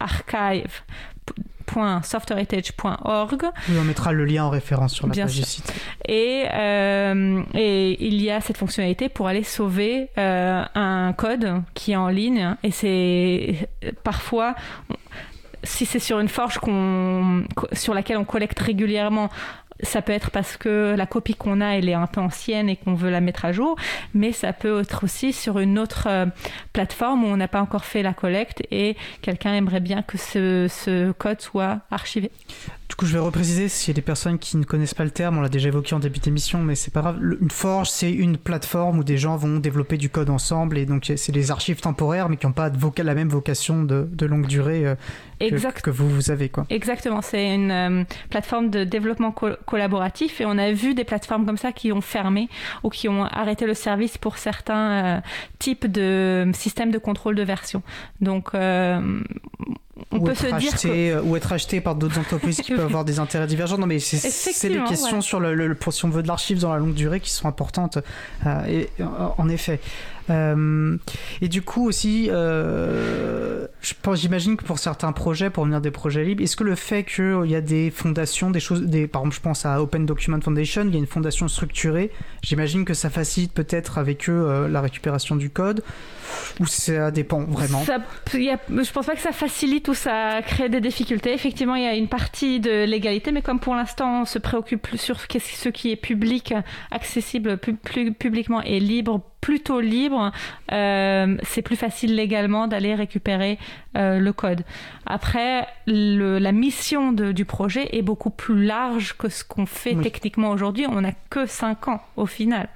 archive.softwareheritage.org. On mettra le lien en référence sur la page du site. Et il y a cette fonctionnalité pour aller sauver un code qui est en ligne. Et c'est parfois, si c'est sur une forge sur laquelle on collecte régulièrement, ça peut être parce que la copie qu'on a, elle est un peu ancienne et qu'on veut la mettre à jour, mais ça peut être aussi sur une autre plateforme où on n'a pas encore fait la collecte et quelqu'un aimerait bien que ce code soit archivé. Du coup, je vais repréciser s'il y a des personnes qui ne connaissent pas le terme, on l'a déjà évoqué en début d'émission, mais c'est pas grave. Une forge, c'est une plateforme où des gens vont développer du code ensemble, et donc c'est des archives temporaires, mais qui n'ont pas la même vocation de longue durée que vous avez, quoi. Exactement, c'est une plateforme de développement collaboratif, et on a vu des plateformes comme ça qui ont fermé ou qui ont arrêté le service pour certains types de systèmes de contrôle de version. Donc on peut se dire ou être acheté par d'autres entreprises qui peuvent avoir des intérêts divergents. Non, mais c'est des questions sur si on veut de l'archive dans la longue durée qui sont importantes. Et en effet. Et du coup aussi, j'imagine que pour certains projets, pour venir des projets libres, est-ce que le fait qu'il y a des fondations, par exemple je pense à Open Document Foundation, il y a une fondation structurée, j'imagine que ça facilite peut-être avec eux la récupération du code, ou ça dépend vraiment? Je pense pas que ça facilite ou ça crée des difficultés. Effectivement, il y a une partie de légalité, mais comme pour l'instant on se préoccupe plus sur ce qui est public, accessible publiquement et libre, plutôt libre, c'est plus facile légalement d'aller récupérer le code. Après, la mission du projet est beaucoup plus large que ce qu'on fait techniquement aujourd'hui. On n'a que 5 ans au final.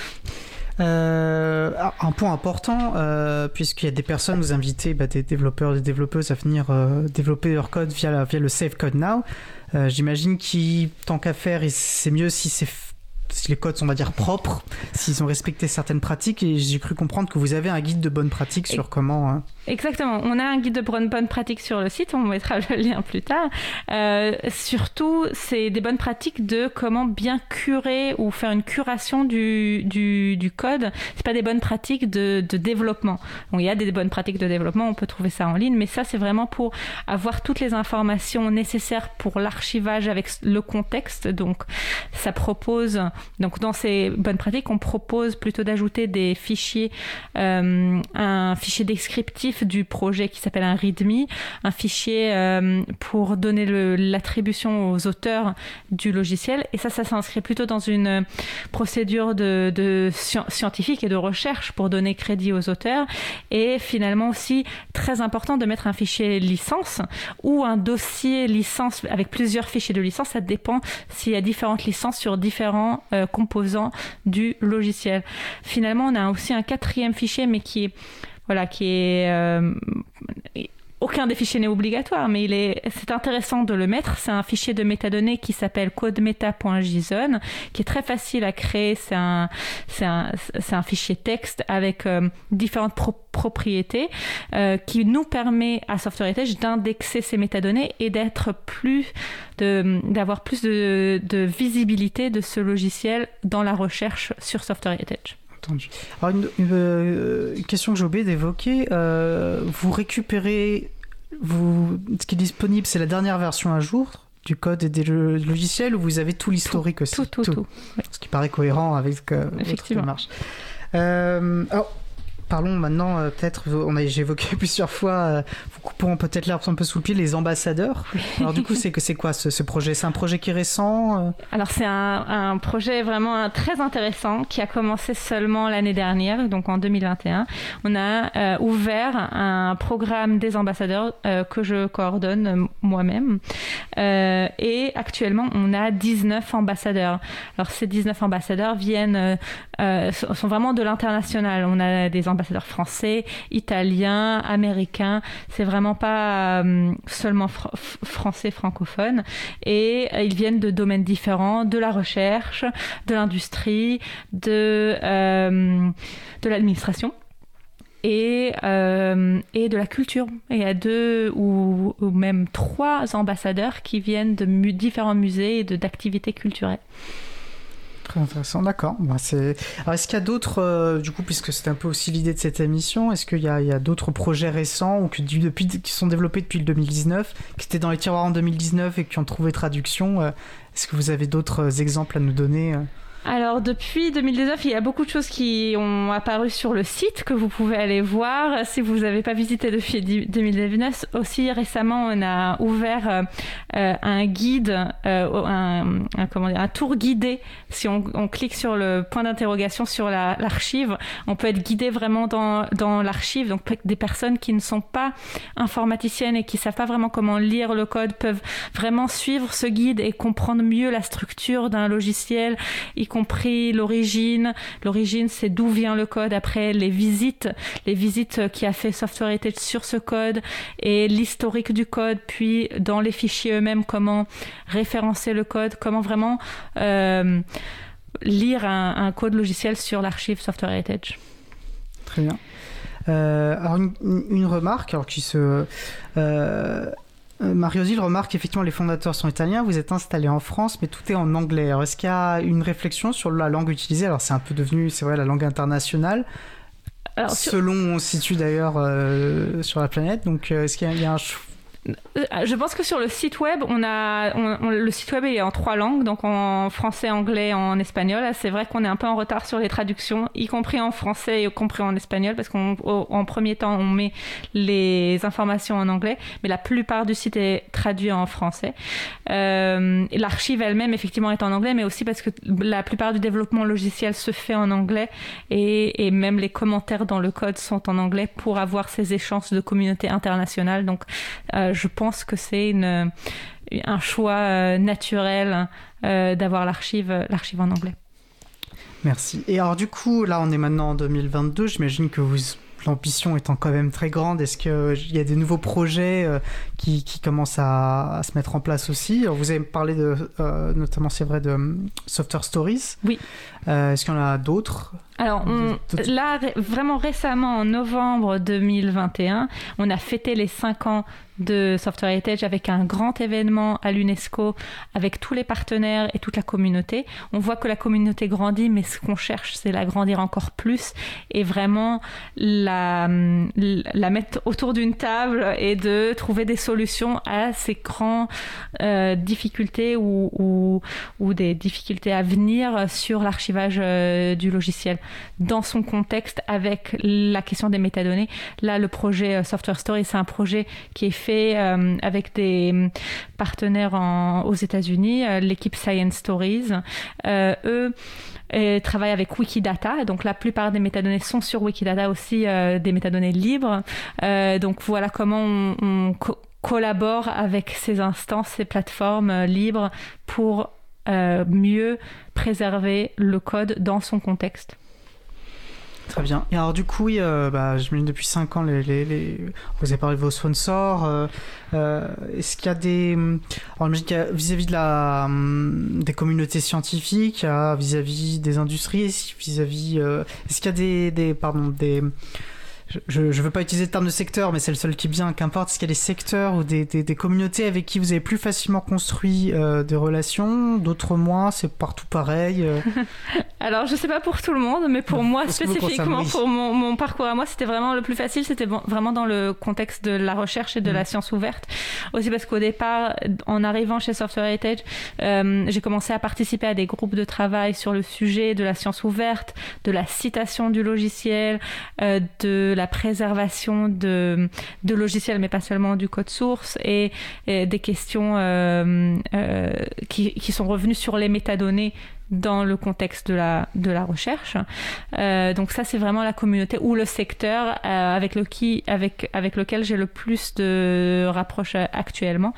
Un point important, puisqu'il y a des personnes, vous invitez des développeurs, des développeuses à venir développer leur code via le Save Code Now. J'imagine tant qu'à faire, c'est mieux si les codes sont, on va dire, propres, s'ils ont respecté certaines pratiques, et j'ai cru comprendre que vous avez un guide de bonnes pratiques sur comment... Exactement, on a un guide de bonnes pratiques sur le site, on mettra le lien plus tard. Surtout, c'est des bonnes pratiques de comment bien curer ou faire une curation du code. C'est pas des bonnes pratiques de développement. Bon, il y a des bonnes pratiques de développement, on peut trouver ça en ligne, mais ça c'est vraiment pour avoir toutes les informations nécessaires pour l'archivage avec le contexte. Donc ça propose, donc dans ces bonnes pratiques, on propose plutôt d'ajouter des fichiers, un fichier descriptif du projet qui s'appelle un README, un fichier pour donner l'attribution aux auteurs du logiciel, et ça s'inscrit plutôt dans une procédure de scientifique et de recherche pour donner crédit aux auteurs, et finalement aussi très important de mettre un fichier licence ou un dossier licence avec plusieurs fichiers de licence, ça dépend s'il y a différentes licences sur différents composants du logiciel. Finalement, on a aussi un 4e fichier, mais qui est aucun des fichiers n'est obligatoire, mais c'est intéressant de le mettre. C'est un fichier de métadonnées qui s'appelle codemeta.json, qui est très facile à créer. C'est un fichier texte avec différentes propriétés qui nous permet à Software Heritage d'indexer ces métadonnées et d'avoir plus de visibilité de ce logiciel dans la recherche sur Software Heritage. Alors une question que j'ai oublié d'évoquer, vous récupérez, ce qui est disponible, c'est la dernière version à jour du code et des logiciels, ou vous avez tout l'historique aussi? Tout. Oui. Ce qui paraît cohérent avec votre démarche. Alors, parlons maintenant, peut-être, j'ai évoqué plusieurs fois, vous couperons peut-être l'herbe un peu sous le pied, les ambassadeurs. Oui. Alors du coup, c'est quoi ce projet? C'est un projet qui est récent? Alors c'est un projet vraiment très intéressant qui a commencé seulement l'année dernière, donc en 2021. On a ouvert un programme des ambassadeurs que je coordonne moi-même. Et actuellement, on a 19 ambassadeurs. Alors ces 19 ambassadeurs sont vraiment de l'international. On a des ambassadeurs français, italiens, américains. C'est vraiment pas seulement français francophone. Et ils viennent de domaines différents, de la recherche, de l'industrie, de l'administration. Et de la culture. Et il y a 2 ou même 3 ambassadeurs qui viennent de différents musées et d'activités culturelles. Très intéressant, d'accord. Alors, est-ce qu'il y a d'autres, du coup, puisque c'était un peu aussi l'idée de cette émission, est-ce qu'il y a d'autres projets récents ou qui sont développés depuis le 2019, qui étaient dans les tiroirs en 2019 et qui ont trouvé traduction? Est-ce que vous avez d'autres exemples à nous donner? Alors depuis 2019, il y a beaucoup de choses qui ont apparu sur le site que vous pouvez aller voir si vous n'avez pas visité depuis 2019. Aussi récemment, on a ouvert un guide, un tour guidé. Si on clique sur le point d'interrogation sur l'archive, on peut être guidé vraiment dans l'archive. Donc des personnes qui ne sont pas informaticiennes et qui savent pas vraiment comment lire le code peuvent vraiment suivre ce guide et comprendre mieux la structure d'un logiciel, y compris l'origine. L'origine, c'est d'où vient le code. Après, les visites qui a fait Software Heritage sur ce code et l'historique du code, puis dans les fichiers eux-mêmes, comment référencer le code, comment vraiment lire un code logiciel sur l'archive Software Heritage. Très bien. Alors une remarque, alors qui se... Mario-Zil remarque qu'effectivement les fondateurs sont italiens, vous êtes installé en France, mais tout est en anglais. Alors, est-ce qu'il y a une réflexion sur la langue utilisée? Alors c'est un peu devenu, c'est vrai, la langue internationale. Alors, selon où on se situe d'ailleurs sur la planète. Donc, est-ce qu'il y a un Je pense que sur le site web, le site web est en 3 langues, donc en français, anglais, en espagnol. C'est vrai qu'on est un peu en retard sur les traductions, y compris en français et y compris en espagnol, parce qu'en premier temps, on met les informations en anglais, mais la plupart du site est traduit en français. L'archive elle-même, effectivement, est en anglais, mais aussi parce que la plupart du développement logiciel se fait en anglais et même les commentaires dans le code sont en anglais pour avoir ces échanges de communauté internationale. Donc, je pense que c'est un choix naturel d'avoir l'archive en anglais. Merci. Et alors du coup, là on est maintenant en 2022, j'imagine que l'ambition étant quand même très grande, est-ce qu'il y a des nouveaux projets qui commencent à se mettre en place aussi? Alors, vous avez parlé notamment, c'est vrai, de Software Stories. Oui. Est-ce qu'il y en a d'autres? Alors, là, vraiment récemment, en novembre 2021, on a fêté les 5 ans de Software Heritage avec un grand événement à l'UNESCO, avec tous les partenaires et toute la communauté. On voit que la communauté grandit, mais ce qu'on cherche, c'est la grandir encore plus et vraiment la mettre autour d'une table et de trouver des solutions à ces grandes difficultés ou des difficultés à venir sur l'archivage du logiciel. Dans son contexte, avec la question des métadonnées, là, le projet Software Story, c'est un projet qui est fait avec des partenaires aux États-Unis, l'équipe Science Stories. Eux travaillent avec Wikidata, donc la plupart des métadonnées sont sur Wikidata aussi, des métadonnées libres. Donc voilà comment on collabore avec ces instances, ces plateformes libres pour mieux préserver le code dans son contexte. Très bien. Et alors du coup, j'imagine depuis 5 ans, vous avez parlé de vos sponsors. Est-ce qu'il y a vis-à-vis des communautés scientifiques, vis-à-vis des industries, est-ce qu'il y a des je veux pas utiliser le terme de secteur, mais c'est le seul qui est bien, qu'importe, est-ce qu'il y a des secteurs ou des communautés avec qui vous avez plus facilement construit des relations, d'autres moins, c'est partout pareil Alors, je sais pas pour tout le monde, mais pour moi spécifiquement, pour mon parcours à moi, c'était vraiment le plus facile, c'était vraiment dans le contexte de la recherche et de la science ouverte. Aussi parce qu'au départ, en arrivant chez Software Heritage, j'ai commencé à participer à des groupes de travail sur le sujet de la science ouverte, de la citation du logiciel, de la préservation de logiciels, mais pas seulement du code source, et des questions qui sont revenues sur les métadonnées dans le contexte de la recherche. Donc ça, c'est vraiment la communauté ou le secteur avec lequel j'ai le plus de rapproches actuellement.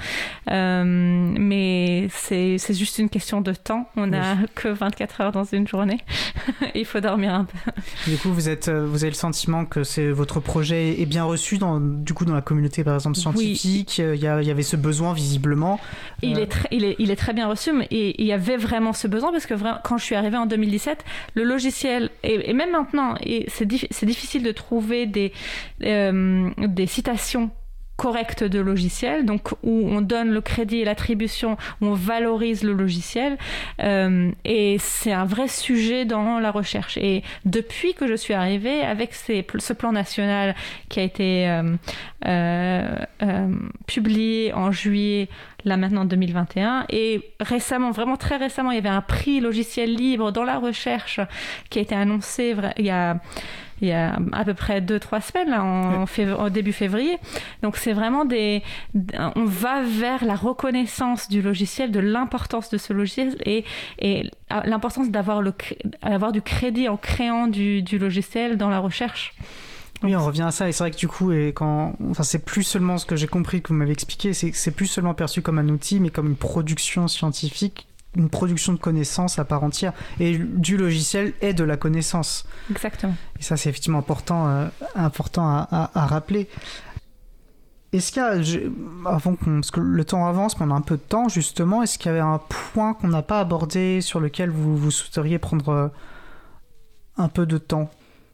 Mais c'est juste une question de temps. On n'a que 24 heures dans une journée. Il faut dormir un peu. Du coup, vous avez le sentiment que votre projet est bien reçu dans la communauté, par exemple, scientifique. Oui. Il y avait ce besoin, visiblement. Il est très bien reçu, mais il y avait vraiment ce besoin parce que quand je suis arrivée en 2017, le logiciel, et même maintenant, c'est difficile de trouver des citations correctes de logiciels, donc où on donne le crédit et l'attribution, où on valorise le logiciel, et c'est un vrai sujet dans la recherche. Et depuis que je suis arrivée, avec ce plan national qui a été publié en juillet, là maintenant en 2021, et récemment, vraiment très récemment, il y avait un prix logiciel libre dans la recherche qui a été annoncé il y a à peu près 2-3 semaines, là, en début février. Donc c'est vraiment on va vers la reconnaissance du logiciel, de l'importance de ce logiciel et l'importance d'avoir du crédit en créant du logiciel dans la recherche. Oui, on revient à ça, et c'est vrai que du coup, c'est plus seulement ce que j'ai compris que vous m'avez expliqué, c'est plus seulement perçu comme un outil, mais comme une production scientifique, une production de connaissances à part entière, et du logiciel est de la connaissance. Exactement. Et ça, c'est effectivement important à rappeler. Est-ce qu'il y a, parce que le temps avance, mais on a un peu de temps justement, est-ce qu'il y avait un point qu'on n'a pas abordé sur lequel vous souhaiteriez prendre un peu de temps?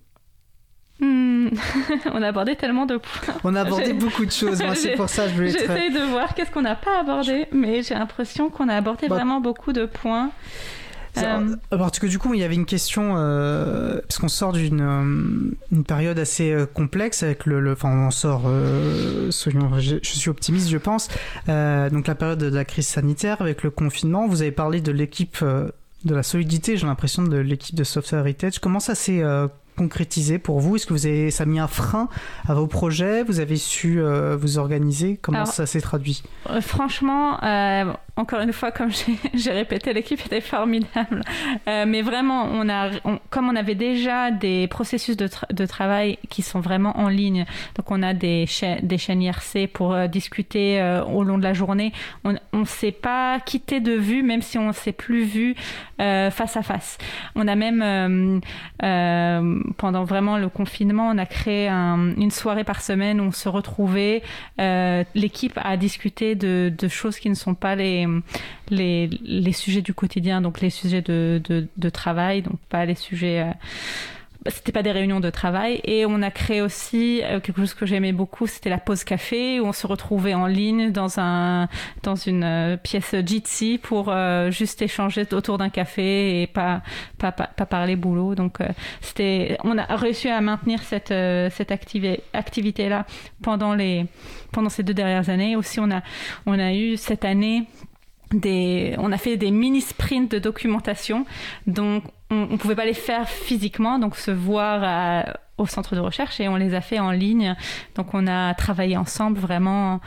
On a abordé tellement de points. On a abordé beaucoup de choses. Moi, c'est pour ça que je voulais J'essaie de voir qu'est-ce qu'on n'a pas abordé, mais j'ai l'impression qu'on a abordé vraiment beaucoup de points. Parce que du coup, il y avait une question, parce qu'on sort d'une période assez complexe avec enfin, on en sort, je suis optimiste, je pense. Donc la période de la crise sanitaire avec le confinement, vous avez parlé de l'équipe, de la solidité, j'ai l'impression, de l'équipe de Software Heritage. Comment ça s'est concrétisé pour vous? Est-ce que ça a mis un frein à vos projets? Vous avez su vous organiser? Comment ça s'est traduit? Franchement, encore une fois, comme j'ai répété, l'équipe était formidable. Mais vraiment, comme on avait déjà des processus de travail qui sont vraiment en ligne, donc on a des chaînes IRC pour discuter au long de la journée, on ne s'est pas quitté de vue, même si on ne s'est plus vu face à face. On a même, pendant vraiment le confinement, on a créé une soirée par semaine où on se retrouvait, l'équipe a discuté de choses qui ne sont pas les sujets du quotidien, donc les sujets de travail, donc pas les sujets... c'était pas des réunions de travail. Et on a créé aussi quelque chose que j'aimais beaucoup, c'était la pause café, où on se retrouvait en ligne dans une pièce Jitsi pour juste échanger autour d'un café et pas parler boulot. Donc on a réussi à maintenir cette activité-là pendant ces 2 dernières années. Aussi, on a eu cette année on a fait des mini sprints de documentation, donc on pouvait pas les faire physiquement, donc se voir au centre de recherche, et on les a fait en ligne. Donc on a travaillé ensemble vraiment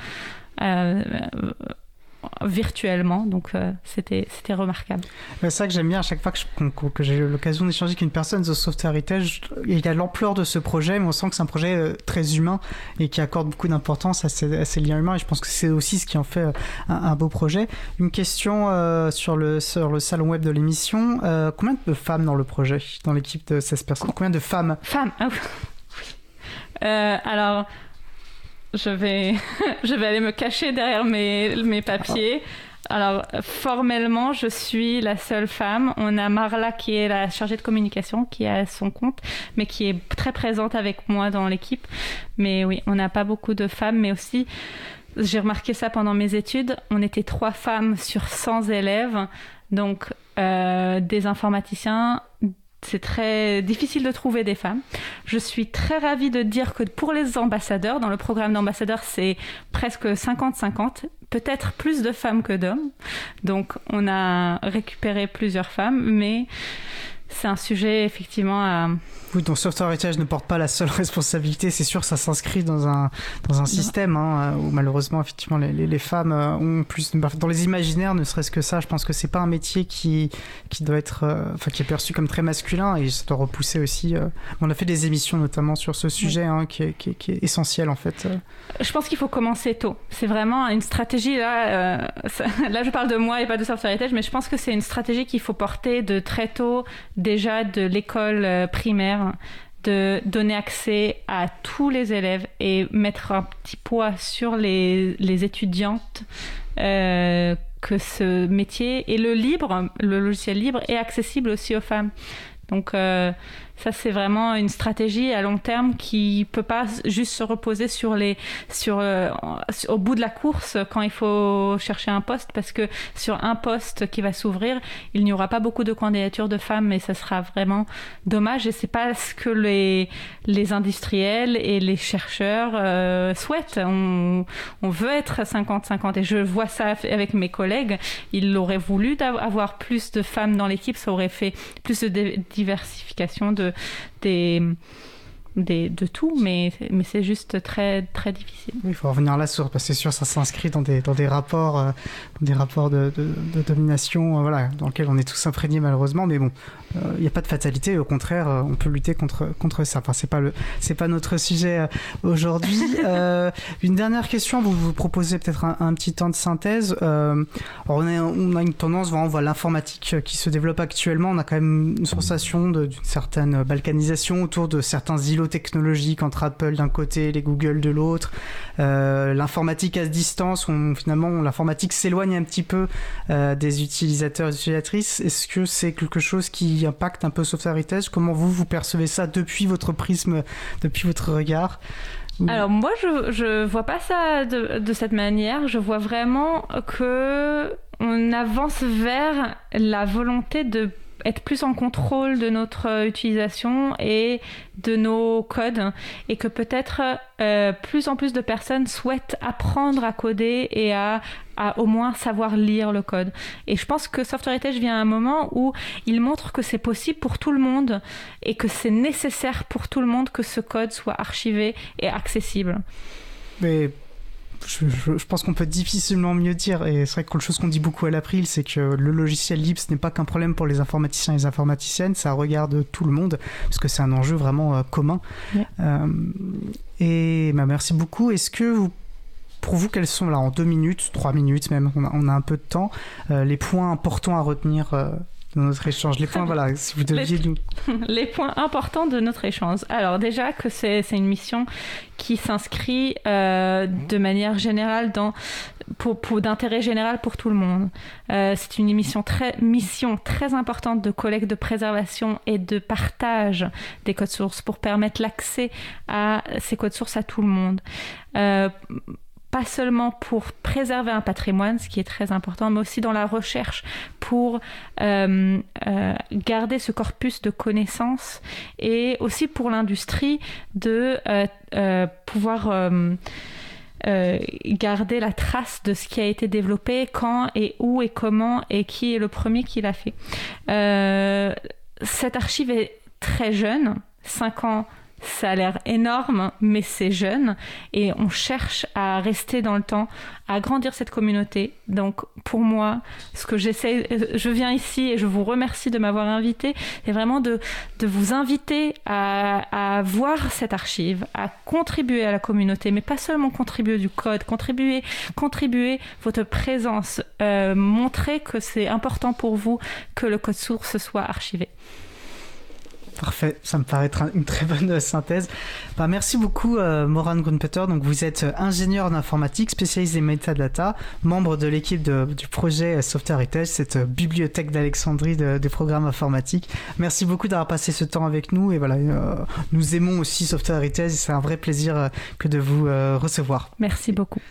virtuellement, donc c'était remarquable. C'est ça que j'aime bien à chaque fois que j'ai l'occasion d'échanger avec une personne de Software Heritage. Il y a l'ampleur de ce projet, mais on sent que c'est un projet très humain et qui accorde beaucoup d'importance à ces liens humains, et je pense que c'est aussi ce qui en fait un beau projet. Une question sur le salon web de l'émission. Combien de femmes dans le projet, dans l'équipe de 16 personnes? Combien de femmes? Alors... Je vais aller me cacher derrière mes papiers. Alors, formellement, je suis la seule femme. On a Marla qui est la chargée de communication, qui a son compte, mais qui est très présente avec moi dans l'équipe. Mais oui, on n'a pas beaucoup de femmes, mais aussi, j'ai remarqué ça pendant mes études, on était 3 femmes sur 100 élèves, donc des informaticiens. C'est très difficile de trouver des femmes. Je suis très ravie de dire que pour les ambassadeurs, dans le programme d'ambassadeurs, c'est presque 50-50, peut-être plus de femmes que d'hommes. Donc, on a récupéré plusieurs femmes, mais c'est un sujet effectivement à... Oui, donc Software Heritage ne porte pas la seule responsabilité, c'est sûr, ça s'inscrit dans un système où malheureusement, effectivement, les femmes ont plus... Dans les imaginaires, ne serait-ce que ça, je pense que c'est pas un métier qui doit être... qui est perçu comme très masculin, et ça doit repousser aussi... On a fait des émissions notamment sur ce sujet qui est essentiel, en fait. Je pense qu'il faut commencer tôt. C'est vraiment une stratégie, là je parle de moi et pas de Software Heritage, mais je pense que c'est une stratégie qu'il faut porter de très tôt, déjà de l'école primaire, de donner accès à tous les élèves et mettre un petit poids sur les étudiantes, que ce métier et le logiciel libre est accessible aussi aux femmes. Donc ça, c'est vraiment une stratégie à long terme qui peut pas juste se reposer au bout de la course quand il faut chercher un poste, parce que sur un poste qui va s'ouvrir, il n'y aura pas beaucoup de candidatures de femmes, et ça sera vraiment dommage, et c'est pas ce que les industriels et les chercheurs souhaitent. On veut être 50-50, et je vois ça avec mes collègues. Ils auraient voulu avoir plus de femmes dans l'équipe, ça aurait fait plus de diversification de tout, mais c'est juste très très difficile. Oui, il faut revenir là parce que c'est sûr, ça s'inscrit dans des rapports de domination, dans lesquels on est tous imprégnés malheureusement, mais bon, il n'y a pas de fatalité, au contraire, on peut lutter contre ça. Enfin, c'est pas notre sujet aujourd'hui. Une dernière question, vous proposez peut-être un petit temps de synthèse. Alors on a une tendance, on voit l'informatique qui se développe actuellement, on a quand même une sensation d'une certaine balkanisation autour de certains îlots technologiques entre Apple d'un côté et les Google de l'autre. L'informatique à distance, finalement l'informatique s'éloigne un petit peu des utilisateurs et utilisatrices. Est-ce que c'est quelque chose qui impacte un peu Software Heritage? Comment vous percevez ça depuis votre prisme, depuis votre regard? Alors moi, je vois pas ça de cette manière. Je vois vraiment que on avance vers la volonté de être plus en contrôle de notre utilisation et de nos codes, et que peut-être plus en plus de personnes souhaitent apprendre à coder et à au moins savoir lire le code. Et je pense que Software Heritage vient à un moment où il montre que c'est possible pour tout le monde et que c'est nécessaire pour tout le monde que ce code soit archivé et accessible. Mais je pense qu'on peut difficilement mieux dire, et c'est vrai que la chose qu'on dit beaucoup à l'April, c'est que le logiciel libre, ce n'est pas qu'un problème pour les informaticiens et les informaticiennes, ça regarde tout le monde, parce que c'est un enjeu vraiment commun. Ouais. Et merci beaucoup. Est-ce que pour vous, quels sont, là, en 2 minutes, 3 minutes même, on a un peu de temps, les points importants à retenir dans notre échange, les points, voilà, si vous deviez les points importants de notre échange. Alors déjà que c'est une mission qui s'inscrit de manière générale d'intérêt général pour tout le monde. C'est une mission très importante de collecte, de préservation et de partage des codes sources pour permettre l'accès à ces codes sources à tout le monde. Pas seulement pour préserver un patrimoine, ce qui est très important, mais aussi dans la recherche pour garder ce corpus de connaissances, et aussi pour l'industrie de pouvoir garder la trace de ce qui a été développé, quand et où et comment, et qui est le premier qui l'a fait. Cette archive est très jeune, 5 ans. Ça a l'air énorme, mais c'est jeune, et on cherche à rester dans le temps, à agrandir cette communauté. Donc pour moi, ce que je viens ici et je vous remercie de m'avoir invité, c'est vraiment de vous inviter à voir cette archive, à contribuer à la communauté, mais pas seulement contribuer du code, contribuer votre présence, montrer que c'est important pour vous que le code source soit archivé. Parfait, ça me paraît être une très bonne synthèse. Merci beaucoup Moran Grunpeter. Donc vous êtes ingénieur en informatique, spécialiste des metadata, membre de l'équipe du projet Software Heritage, cette bibliothèque d'Alexandrie des programmes informatiques. Merci beaucoup d'avoir passé ce temps avec nous, et voilà, nous aimons aussi Software Heritage, et c'est un vrai plaisir que de vous recevoir. Merci beaucoup.